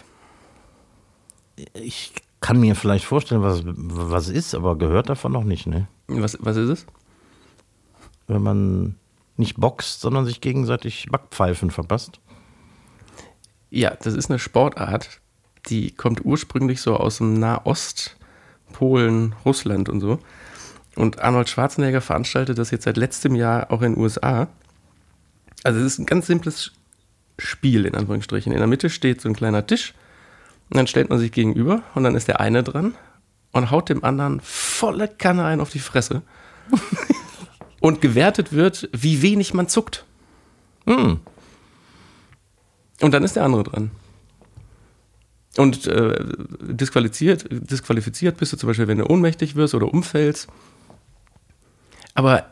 Ich kann mir vielleicht vorstellen, was es ist, aber gehört davon noch nicht, ne? Was ist es? Wenn man nicht boxt, sondern sich gegenseitig Backpfeifen verpasst. Ja, das ist eine Sportart, die kommt ursprünglich so aus dem Nahost, Polen, Russland und so. Und Arnold Schwarzenegger veranstaltet das jetzt seit letztem Jahr auch in den USA. Also es ist ein ganz simples Spiel, in Anführungsstrichen. In der Mitte steht so ein kleiner Tisch und dann stellt man sich gegenüber und dann ist der eine dran und haut dem anderen volle Kanne ein auf die Fresse. Und gewertet wird, wie wenig man zuckt. Und dann ist der andere dran. Und disqualifiziert bist du zum Beispiel, wenn du ohnmächtig wirst oder umfällst. Aber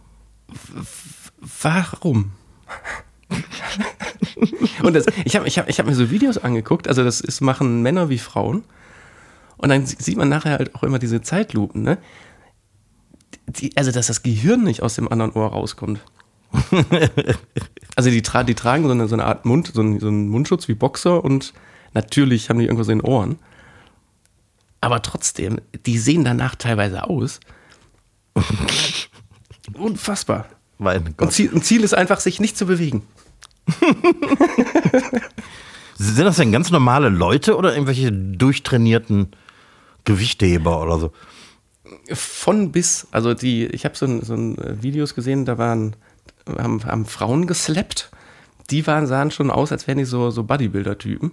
warum? Und ich hab mir so Videos angeguckt, also machen Männer wie Frauen. Und dann sieht man nachher halt auch immer diese Zeitlupen, ne? Also, dass das Gehirn nicht aus dem anderen Ohr rauskommt. Also, die tragen so eine Art so einen Mundschutz wie Boxer und natürlich haben die irgendwas in den Ohren. Aber trotzdem, die sehen danach teilweise aus. Unfassbar. Mein Gott. Und Ziel ist einfach, sich nicht zu bewegen. Sind das denn ganz normale Leute oder irgendwelche durchtrainierten Gewichtheber oder so? Von bis, also ich habe so ein Videos gesehen, da haben Frauen geslappt, die sahen schon aus, als wären die so Bodybuilder-Typen.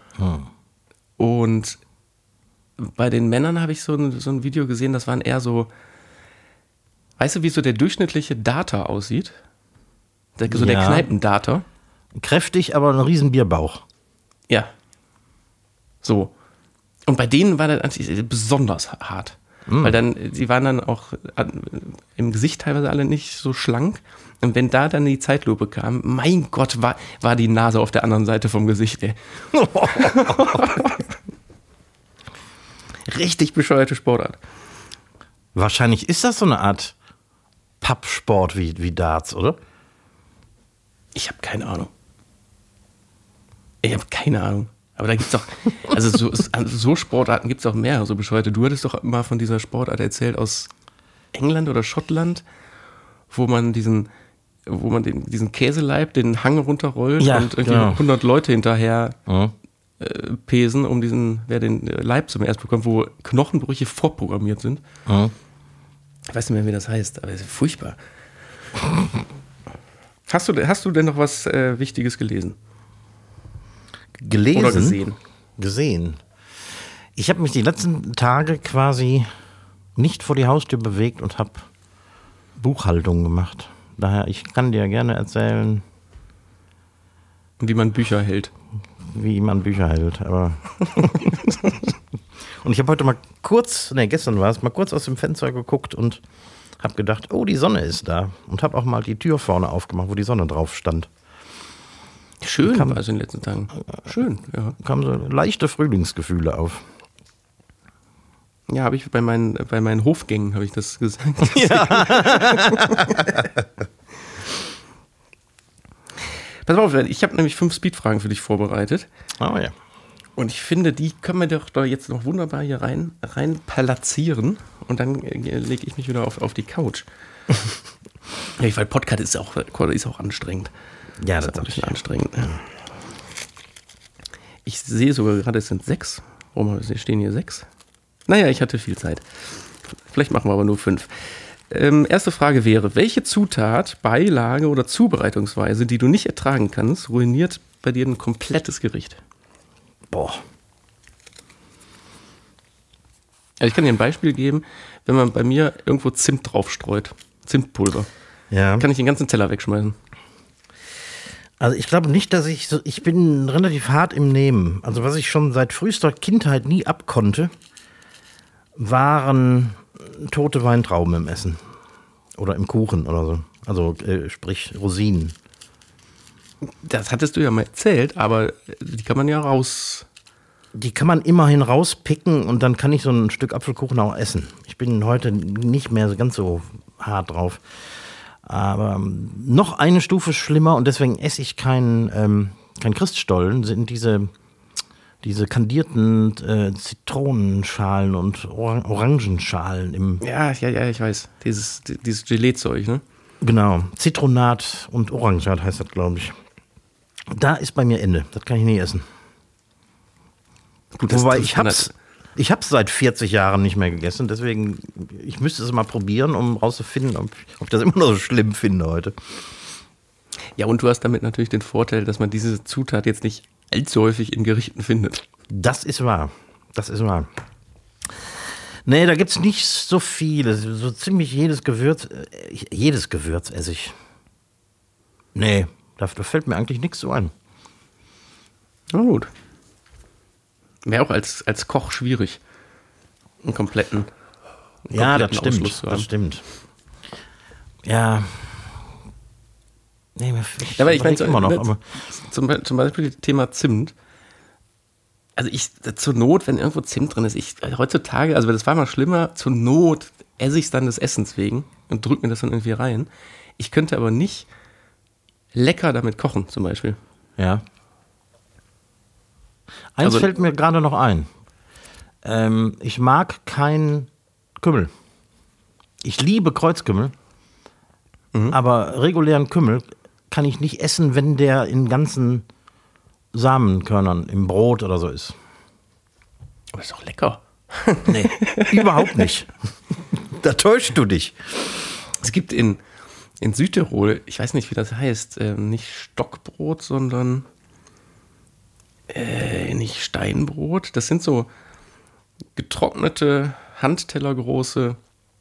Und bei den Männern habe ich so ein Video gesehen, das waren eher so, weißt du, wie so der durchschnittliche Darter aussieht? Der Kneipendarter. Kräftig, aber ein riesen Bierbauch. Ja. So. Und bei denen war das besonders hart. Weil die waren dann auch im Gesicht teilweise alle nicht so schlank. Und wenn da dann die Zeitlupe kam, mein Gott, war die Nase auf der anderen Seite vom Gesicht, ey. Richtig bescheuerte Sportart. Wahrscheinlich ist das so eine Art Pappsport wie Darts, oder? Ich habe keine Ahnung. Aber da gibt's doch, also so Sportarten gibt's auch mehr, so bescheuerte. Du hattest doch mal von dieser Sportart erzählt aus England oder Schottland, wo man diesen Käseleib, den Hang runterrollt und irgendwie 100 Leute hinterher pesen, wer den Leib zum ersten bekommt, wo Knochenbrüche vorprogrammiert sind. Ich weiß nicht mehr, wie das heißt, aber es ist furchtbar. Hast du denn noch was Wichtiges gelesen? Gelesen? Oder gesehen? Gesehen. Ich habe mich die letzten Tage quasi nicht vor die Haustür bewegt und habe Buchhaltung gemacht. Daher, ich kann dir gerne erzählen, wie man Bücher hält. Wie man Bücher hält, aber... Und ich habe heute gestern war es, mal kurz aus dem Fenster geguckt und habe gedacht, oh, die Sonne ist da. Und habe auch mal die Tür vorne aufgemacht, wo die Sonne drauf stand. Schön war es in den letzten Tagen. Schön, ja. Kamen so leichte Frühlingsgefühle auf. Ja, habe ich bei meinen Hofgängen habe ich das gesagt. Ja. Pass auf, ich habe nämlich 5 Speedfragen für dich vorbereitet. Oh ja. Und ich finde, die können wir doch da jetzt noch wunderbar hier rein platzieren. Und dann lege ich mich wieder auf die Couch. Ja, weil Podcast ist auch anstrengend. Ja, das ist auch ein bisschen anstrengend. Ja. Ich sehe sogar gerade, es sind 6. Warum stehen hier 6? Naja, ich hatte viel Zeit. Vielleicht machen wir aber nur 5. Erste Frage wäre, welche Zutat, Beilage oder Zubereitungsweise, die du nicht ertragen kannst, ruiniert bei dir ein komplettes Gericht? Boah. Also ich kann dir ein Beispiel geben, wenn man bei mir irgendwo Zimt draufstreut, Zimtpulver, Ja. kann ich den ganzen Teller wegschmeißen. Also ich glaube nicht, dass ich bin relativ hart im Nehmen. Also was ich schon seit frühester Kindheit nie abkonnte, waren tote Weintrauben im Essen. Oder im Kuchen oder so. Also sprich Rosinen. Das hattest du ja mal erzählt, aber die kann man ja raus... Die kann man immerhin rauspicken und dann kann ich so ein Stück Apfelkuchen auch essen. Ich bin heute nicht mehr ganz so hart drauf. Aber noch eine Stufe schlimmer und deswegen esse ich kein Christstollen, sind diese kandierten Zitronenschalen und Orangenschalen im... Ja, ich weiß. Dieses Gelee-Zeug, ne? Genau, Zitronat und Orangenat heißt das, glaube ich. Da ist bei mir Ende. Das kann ich nie essen. Gut, Wobei ich hab's seit 40 Jahren nicht mehr gegessen, deswegen, ich müsste es mal probieren, um rauszufinden, ob ich das immer noch so schlimm finde heute. Ja, und du hast damit natürlich den Vorteil, dass man diese Zutat jetzt nicht allzu häufig in Gerichten findet. Das ist wahr. Nee, da gibt's nicht so viele. So ziemlich jedes Gewürz esse ich. Nee, da fällt mir eigentlich nichts so ein. Na gut. Wäre auch als Koch schwierig, einen kompletten Ja, das Ausschluss zu haben. stimmt. Ja. Nee, Ja, aber ich meine, immer noch. Aber zum Beispiel das Thema Zimt. Also zur Not, wenn irgendwo Zimt drin ist, heutzutage, also das war mal schlimmer, zur Not esse ich es dann des Essens wegen und drücke mir das dann irgendwie rein. Ich könnte aber nicht lecker damit kochen, zum Beispiel. ja. Eins Also- fällt mir gerade noch ein. Ich mag kein Kümmel. Ich liebe Kreuzkümmel, aber regulären Kümmel kann ich nicht essen, wenn der in ganzen Samenkörnern im Brot oder so ist. Aber ist doch lecker. Nee, überhaupt nicht. Da täuschst du dich. Es gibt in Südtirol, ich weiß nicht, wie das heißt, nicht Stockbrot, sondern nicht Steinbrot. Das sind so getrocknete, handtellergroße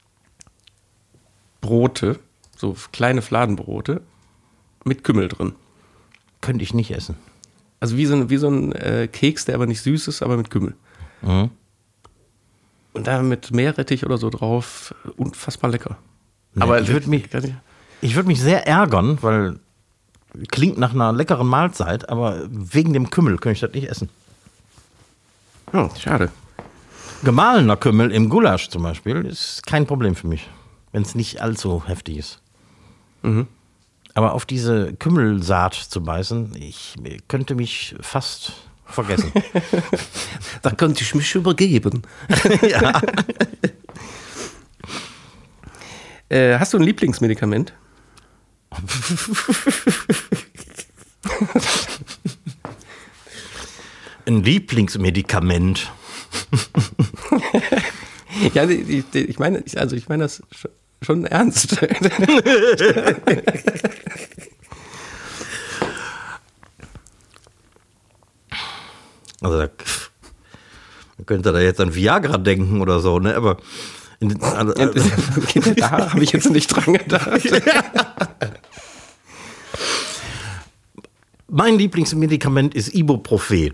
Brote, so kleine Fladenbrote mit Kümmel drin. Könnte ich nicht essen. Also wie so ein Keks, der aber nicht süß ist, aber mit Kümmel. Mhm. Und da mit Meerrettich oder so drauf, unfassbar lecker. Nee, aber ich würd mich sehr ärgern, weil klingt nach einer leckeren Mahlzeit, aber wegen dem Kümmel könnte ich das nicht essen. Ja, schade. Gemahlener Kümmel im Gulasch zum Beispiel ist kein Problem für mich, wenn es nicht allzu heftig ist. Mhm. Aber auf diese Kümmelsaat zu beißen, ich könnte mich fast vergessen. Da könnte ich mich übergeben. Ja. Hast du ein Lieblingsmedikament? Ein Lieblingsmedikament. Ja, ich meine das schon ernst. Also da könnte da jetzt an Viagra denken oder so, ne? Aber Da habe ich jetzt nicht dran gedacht. mein Lieblingsmedikament ist Ibuprofen.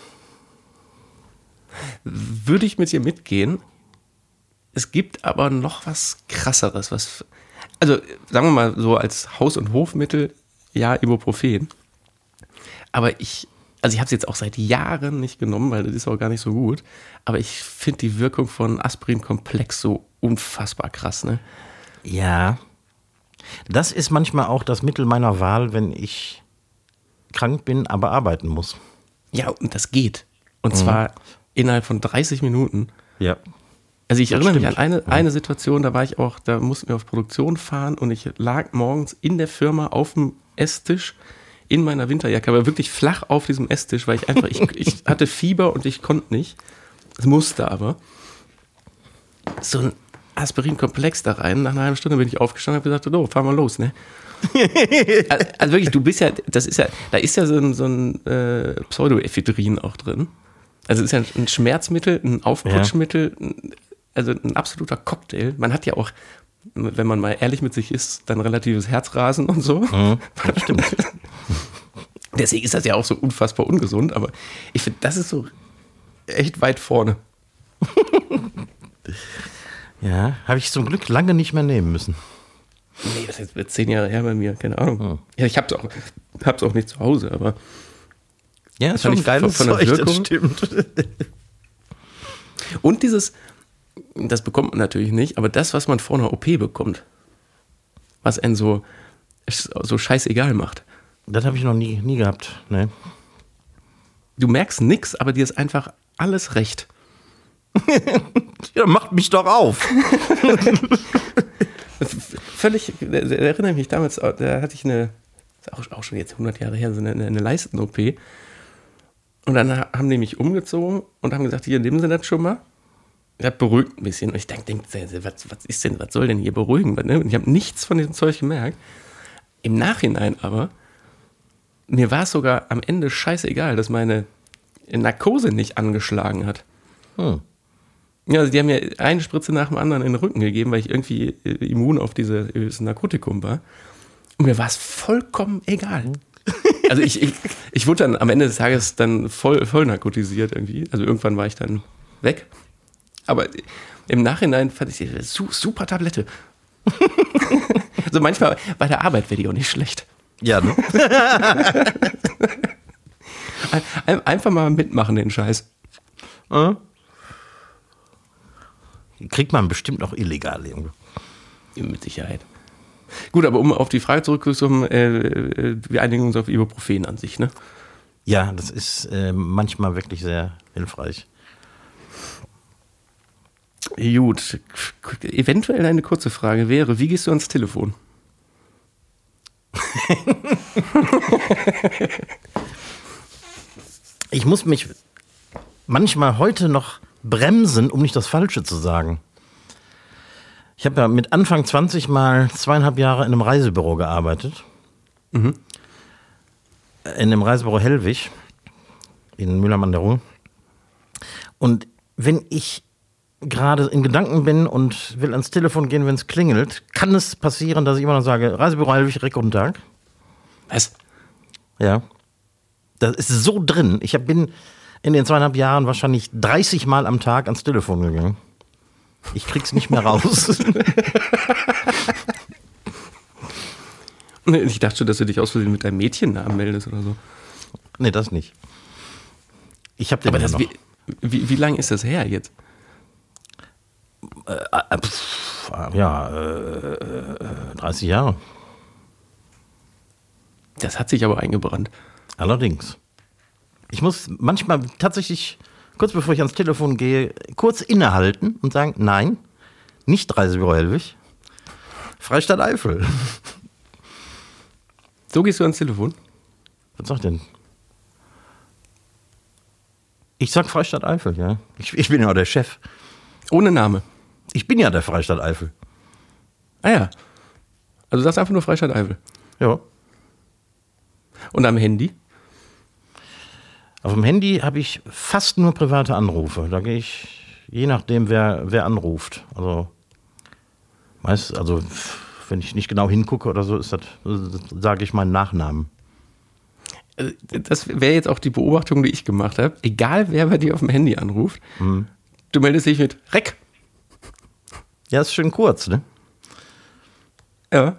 Würde ich mit dir mitgehen. Es gibt aber noch was Krasseres. Also sagen wir mal so als Haus- und Hofmittel, ja, Ibuprofen. Aber ich habe es jetzt auch seit Jahren nicht genommen, weil das ist auch gar nicht so gut. Aber ich finde die Wirkung von Aspirin-Komplex so unfassbar krass, ne? Ja. Das ist manchmal auch das Mittel meiner Wahl, wenn ich krank bin, aber arbeiten muss. Ja, und das geht. Und zwar innerhalb von 30 Minuten. Ja. Also ich Das erinnere mich an stimmt. eine Situation, da mussten wir auf Produktion fahren und ich lag morgens in der Firma auf dem Esstisch in meiner Winterjacke, aber wirklich flach auf diesem Esstisch, weil ich einfach, ich hatte Fieber und ich konnte nicht. Es musste aber. So ein Aspirin-Komplex da rein. Nach einer halben Stunde bin ich aufgestanden und habe gesagt, fahren wir los, ne? Also wirklich, du bist ja, da ist ja so ein Pseudoephedrin auch drin. Also es ist ja ein Schmerzmittel, ein Aufputschmittel, also ein absoluter Cocktail. Man hat ja auch, wenn man mal ehrlich mit sich ist, dann relatives Herzrasen und so. Das stimmt. Deswegen ist das ja auch so unfassbar ungesund, aber ich finde, das ist so echt weit vorne. Ja, habe ich zum Glück lange nicht mehr nehmen müssen. Nee, das ist jetzt 10 Jahre her bei mir, keine Ahnung. Ja, ich hab's auch nicht zu Hause, aber ja, ist schon ein geiles Zeug, das stimmt. Und das bekommt man natürlich nicht, aber das, was man vor einer OP bekommt, was einen so scheißegal macht. Das habe ich noch nie gehabt, ne. Du merkst nix, aber dir ist einfach alles recht. Ja, macht mich doch auf. Völlig, da erinnere ich mich damals, da hatte ich auch schon jetzt 100 Jahre her, so eine Leisten-OP. Und dann haben die mich umgezogen und haben gesagt, hier, nehmen Sie das schon mal. Das beruhigt ein bisschen. Und ich denke, was soll denn hier beruhigen? Und ich habe nichts von diesem Zeug gemerkt. Im Nachhinein aber, mir war es sogar am Ende scheißegal, dass meine Narkose nicht angeschlagen hat. Ja, also die haben mir eine Spritze nach dem anderen in den Rücken gegeben, weil ich irgendwie immun auf dieses Narkotikum war. Und mir war es vollkommen egal. Also ich wurde dann am Ende des Tages dann voll narkotisiert irgendwie. Also irgendwann war ich dann weg. Aber im Nachhinein fand ich die super Tablette. Also manchmal bei der Arbeit wäre die auch nicht schlecht. Ja, ne? Einfach mal mitmachen, den Scheiß. Kriegt man bestimmt noch illegal irgendwo. Mit Sicherheit. Gut, aber um auf die Frage zurückzukommen, wir einigen uns auf Ibuprofen an sich, ne? Ja, das ist manchmal wirklich sehr hilfreich. Gut. Eventuell eine kurze Frage wäre, wie gehst du ans Telefon? Ich muss mich manchmal heute noch bremsen, um nicht das Falsche zu sagen. Ich habe ja mit Anfang 20 mal 2,5 Jahre in einem Reisebüro gearbeitet. In dem Reisebüro Hellwig in Mülheim an der Ruhr. Und wenn ich gerade in Gedanken bin und will ans Telefon gehen, wenn es klingelt, kann es passieren, dass ich immer noch sage, Reisebüro Hellwig, guten Tag. Was? Ja. Das ist so drin. Ich bin in den 2,5 Jahren wahrscheinlich 30 Mal am Tag ans Telefon gegangen. Ich krieg's nicht mehr raus. Ich dachte schon, dass du dich aus Versehen mit deinem Mädchennamen meldest oder so. Nee, das nicht. Ich hab den aber ja das, noch. Wie lang ist das her jetzt? 30 Jahre. Das hat sich aber eingebrannt. Allerdings. Ich muss manchmal tatsächlich, kurz bevor ich ans Telefon gehe, kurz innehalten und sagen, nein, nicht Reisebüro Hellwig, Freistadt Eifel. So gehst du ans Telefon? Was sagt denn? Ich sag Freistadt Eifel, ja. Ich bin ja auch der Chef. Ohne Name? Ich bin ja der Freistadt Eifel. Ah ja. Also du sagst einfach nur Freistadt Eifel? Ja. Und am Handy? Auf dem Handy habe ich fast nur private Anrufe. Da gehe ich, je nachdem, wer anruft. Also, wenn ich nicht genau hingucke oder so, sage ich meinen Nachnamen. Das wäre jetzt auch die Beobachtung, die ich gemacht habe. Egal, wer bei dir auf dem Handy anruft, du meldest dich mit Reck. Ja, ist schön kurz, ne? Ja.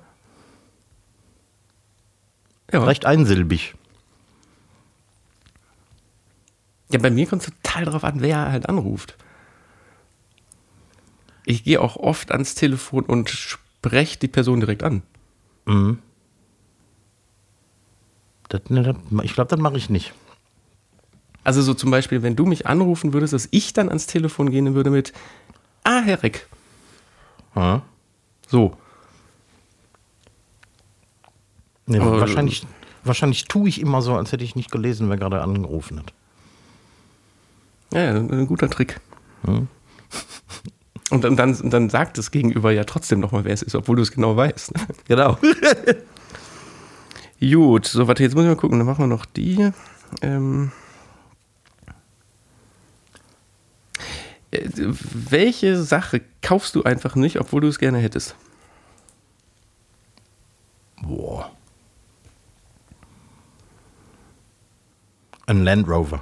Recht einsilbig. Ja, bei mir kommt es total drauf an, wer halt anruft. Ich gehe auch oft ans Telefon und spreche die Person direkt an. Mhm. Ich glaube, das mache ich nicht. Also so zum Beispiel, wenn du mich anrufen würdest, dass ich dann ans Telefon gehen würde mit Herr Reck. Ja. So. Nee, wahrscheinlich tue ich immer so, als hätte ich nicht gelesen, wer gerade angerufen hat. Ja, ein guter Trick. Und dann sagt das Gegenüber ja trotzdem nochmal, wer es ist, obwohl du es genau weißt. Genau. Gut, so, warte, jetzt muss ich mal gucken, dann machen wir noch die. Welche Sache kaufst du einfach nicht, obwohl du es gerne hättest? Boah. Ein Land Rover.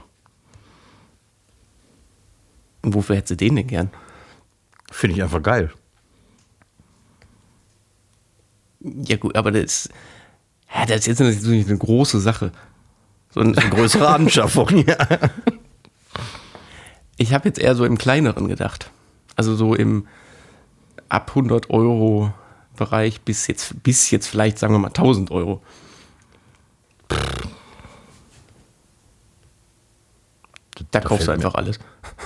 Und wofür hättest du den denn gern? Finde ich einfach geil. Ja gut, aber das ist jetzt nicht eine große Sache. So Eine größere Anschaffung, ja. Ich habe jetzt eher so im Kleineren gedacht. Also so im ab 100 Euro Bereich bis jetzt vielleicht, sagen wir mal, 1000 Euro. Da kaufst du einfach alles.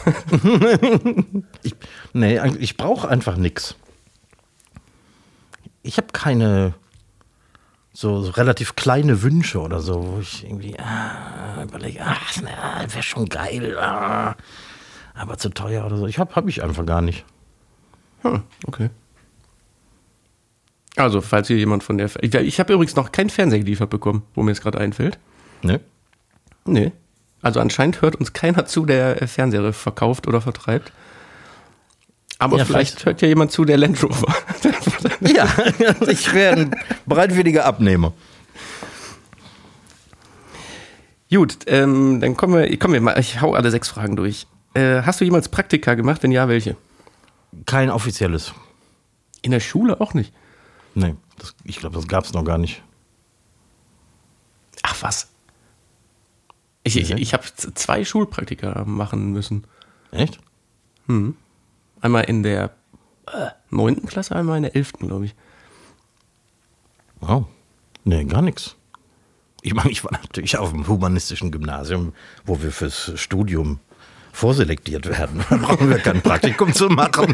Ich brauche einfach nichts. Ich habe keine so relativ kleine Wünsche oder so, wo ich irgendwie überlege, wäre schon geil, aber zu teuer oder so. Hab ich einfach gar nicht. Okay. Also, falls hier jemand von der... Ich habe übrigens noch keinen Fernseher geliefert bekommen, wo mir jetzt gerade einfällt. Ne? Nee. Also anscheinend hört uns keiner zu, der Fernseher verkauft oder vertreibt. Aber ja, vielleicht hört ja jemand zu, der Land Rover. Ja, ich wäre ein bereitwilliger Abnehmer. Gut, dann kommen wir mal, ich hau alle 6 Fragen durch. Hast du jemals Praktika gemacht? Wenn ja, welche? Kein offizielles. In der Schule auch nicht? Nee, ich glaube, das gab es noch gar nicht. Ach was? Ich habe 2 Schulpraktika machen müssen. Echt? Einmal in der 9. Klasse, einmal in der 11., glaube ich. Wow. Nee, gar nichts. Ich meine, ich war natürlich auf dem humanistischen Gymnasium, wo wir fürs Studium vorselektiert werden. Da brauchen wir kein Praktikum zu machen.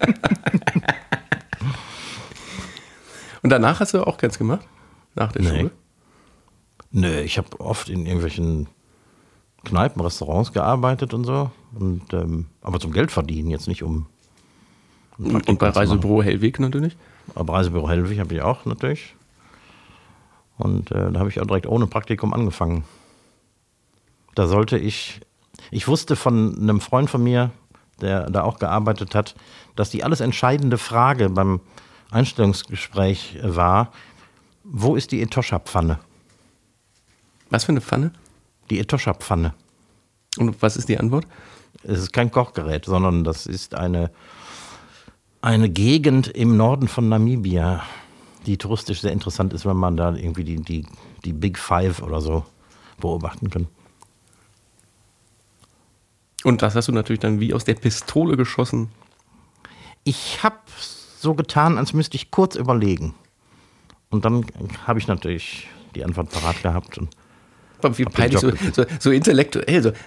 Und danach hast du auch keins gemacht? Nach der Schule? Nee, ich habe oft in irgendwelchen Kneipen, Restaurants gearbeitet und so. Aber zum Geld verdienen, jetzt nicht um. Und bei Reisebüro Hellweg natürlich? Aber Reisebüro Hellweg habe ich auch natürlich. Und da habe ich auch direkt ohne Praktikum angefangen. Da sollte ich wusste von einem Freund von mir, der da auch gearbeitet hat, dass die alles entscheidende Frage beim Einstellungsgespräch war: Wo ist die Etosha-Pfanne? Was für eine Pfanne? Die Etosha-Pfanne. Und was ist die Antwort? Es ist kein Kochgerät, sondern das ist eine Gegend im Norden von Namibia, die touristisch sehr interessant ist, wenn man da irgendwie die Big Five oder so beobachten kann. Und das hast du natürlich dann wie aus der Pistole geschossen? Ich habe so getan, als müsste ich kurz überlegen. Und dann habe ich natürlich die Antwort parat gehabt. Und wie peinlich, so intellektuell. So,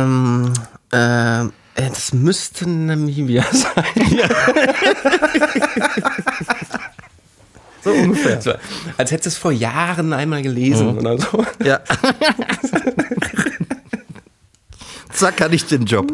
das müsste Namibia sein. Ja. So ungefähr. So, als hättest du es vor Jahren einmal gelesen oder so. Ja. Zack, hatte ich den Job.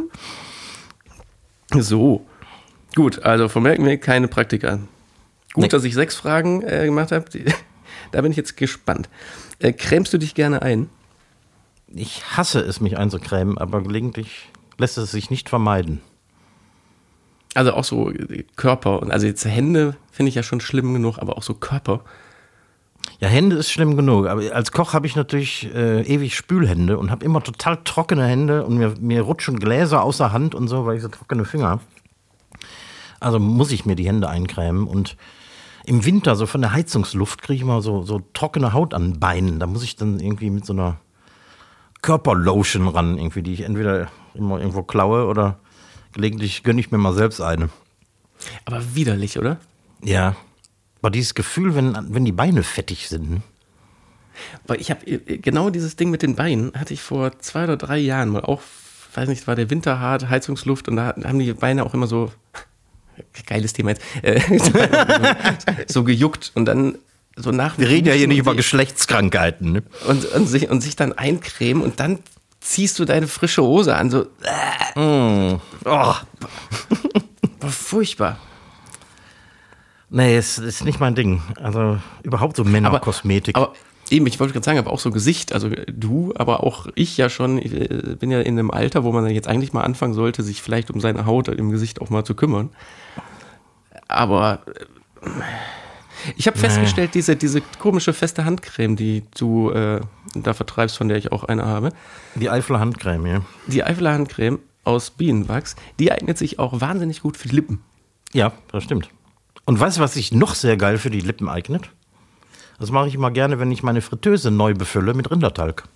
So. Gut, also vermerken wir keine Praktika. Gut, dass ich 6 Fragen gemacht habe. Da bin ich jetzt gespannt. Cremst du dich gerne ein? Ich hasse es, mich einzucremen, aber gelegentlich lässt es sich nicht vermeiden. Also auch so Körper, also jetzt Hände finde ich ja schon schlimm genug, aber auch so Körper. Ja, Hände ist schlimm genug, aber als Koch habe ich natürlich ewig Spülhände und habe immer total trockene Hände und mir rutschen Gläser aus der Hand und so, weil ich so trockene Finger habe. Also muss ich mir die Hände eincremen und im Winter so von der Heizungsluft kriege ich immer so trockene Haut an den Beinen. Da muss ich dann irgendwie mit so einer Körperlotion ran, irgendwie, die ich entweder immer irgendwo klaue oder gelegentlich gönne ich mir mal selbst eine. Aber widerlich, oder? Ja. Aber dieses Gefühl, wenn die Beine fettig sind. Ne? Weil ich habe genau dieses Ding mit den Beinen, hatte ich vor 2 oder 3 Jahren mal auch, weiß nicht, war der Winter hart, Heizungsluft und da haben die Beine auch immer so, geiles Thema jetzt, so gejuckt und dann so nach. Wir reden ja hier nicht über Geschlechtskrankheiten. Ne? Und sich dann eincremen und dann ziehst du deine frische Hose an, so. Oh. Furchtbar. Nee, es ist nicht mein Ding. Also überhaupt so Männerkosmetik. Aber eben, ich wollte gerade sagen, aber auch so Gesicht, also du, aber auch ich ja schon, ich bin ja in einem Alter, wo man dann jetzt eigentlich mal anfangen sollte, sich vielleicht um seine Haut im Gesicht auch mal zu kümmern. Aber ich habe festgestellt, diese komische feste Handcreme, die du da vertreibst, von der ich auch eine habe. Die Eifeler Handcreme, ja. Die Eifeler Handcreme aus Bienenwachs, die eignet sich auch wahnsinnig gut für die Lippen. Ja, das stimmt. Und weißt du, was sich noch sehr geil für die Lippen eignet? Das mache ich immer gerne, wenn ich meine Fritteuse neu befülle mit Rindertalg.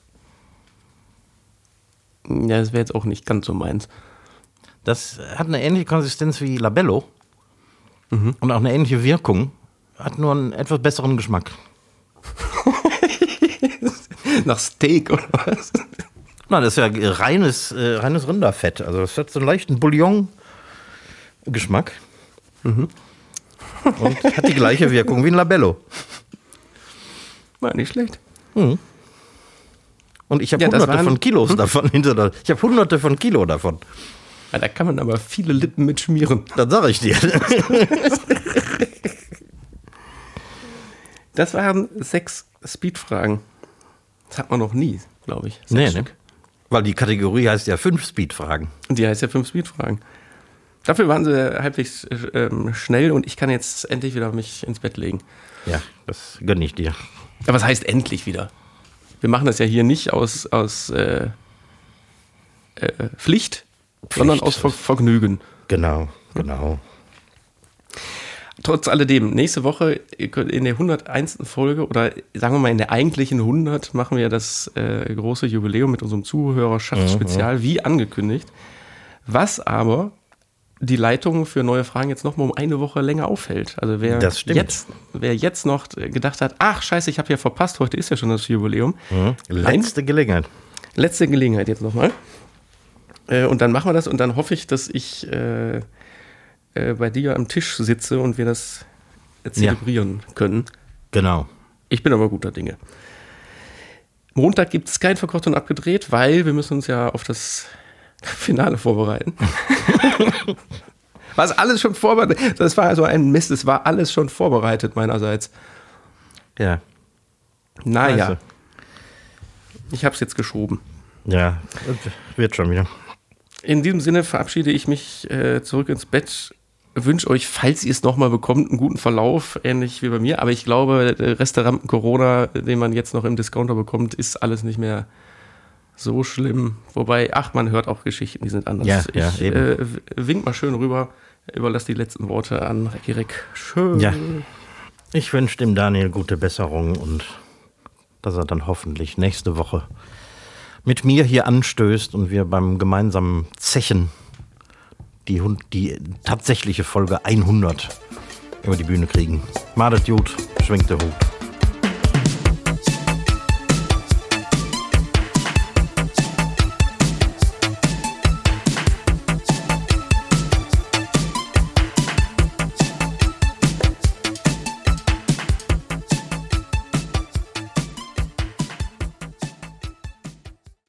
Ja, das wäre jetzt auch nicht ganz so meins. Das hat eine ähnliche Konsistenz wie Labello und auch eine ähnliche Wirkung. Hat nur einen etwas besseren Geschmack. Nach Steak oder was? Nein, das ist ja reines Rinderfett. Also es hat so einen leichten Bouillon-Geschmack. Und hat die gleiche Wirkung wie ein Labello. War nicht schlecht. Und ich habe hunderte von Kilos davon hinter. Ich habe hunderte von Kilo davon. Ja, da kann man aber viele Lippen mit schmieren. Das sage ich dir. Das waren 6 Speed-Fragen. Das hat man noch nie, glaube ich. 6 Stück. Ne? Weil die Kategorie heißt ja 5 Speed-Fragen. Die heißt ja 5 Speed-Fragen. Dafür waren sie halbwegs schnell und ich kann jetzt endlich wieder mich ins Bett legen. Ja, das gönne ich dir. Aber was heißt endlich wieder? Wir machen das ja hier nicht aus Pflicht, sondern aus Vergnügen. Genau. Trotz alledem, nächste Woche in der 101. Folge oder sagen wir mal in der eigentlichen 100 machen wir das große Jubiläum mit unserem Zuhörerschaftsspezial, wie angekündigt. Was aber die Leitung für neue Fragen jetzt noch mal um eine Woche länger aufhält. Also wer jetzt noch gedacht hat, ach scheiße, ich habe ja verpasst, heute ist ja schon das Jubiläum. Letzte Gelegenheit Jetzt nochmal. Und dann machen wir das und dann hoffe ich, dass ich bei dir am Tisch sitze und wir das zelebrieren können. Genau. Ich bin aber guter Dinge. Montag gibt es kein Verkocht und Abgedreht, weil wir müssen uns ja auf das Finale vorbereiten. Was alles schon vorbereitet? Das war so ein Mist, es war alles schon vorbereitet meinerseits. Ja. Naja. Also. Ich habe es jetzt geschoben. Ja, wird schon wieder. In diesem Sinne verabschiede ich mich zurück ins Bett. Wünsche euch, falls ihr es nochmal bekommt, einen guten Verlauf, ähnlich wie bei mir. Aber ich glaube, der Rest der Rampen Corona, den man jetzt noch im Discounter bekommt, ist alles nicht mehr so schlimm. Wobei, man hört auch Geschichten, die sind anders. Ja, ich wink mal schön rüber, überlasse die letzten Worte an Recki Reck. Schön. Ja. Ich wünsche dem Daniel gute Besserung und dass er dann hoffentlich nächste Woche mit mir hier anstößt und wir beim gemeinsamen Zechen die tatsächliche Folge 100 über die Bühne kriegen. Madet gut, schwingt der Hut.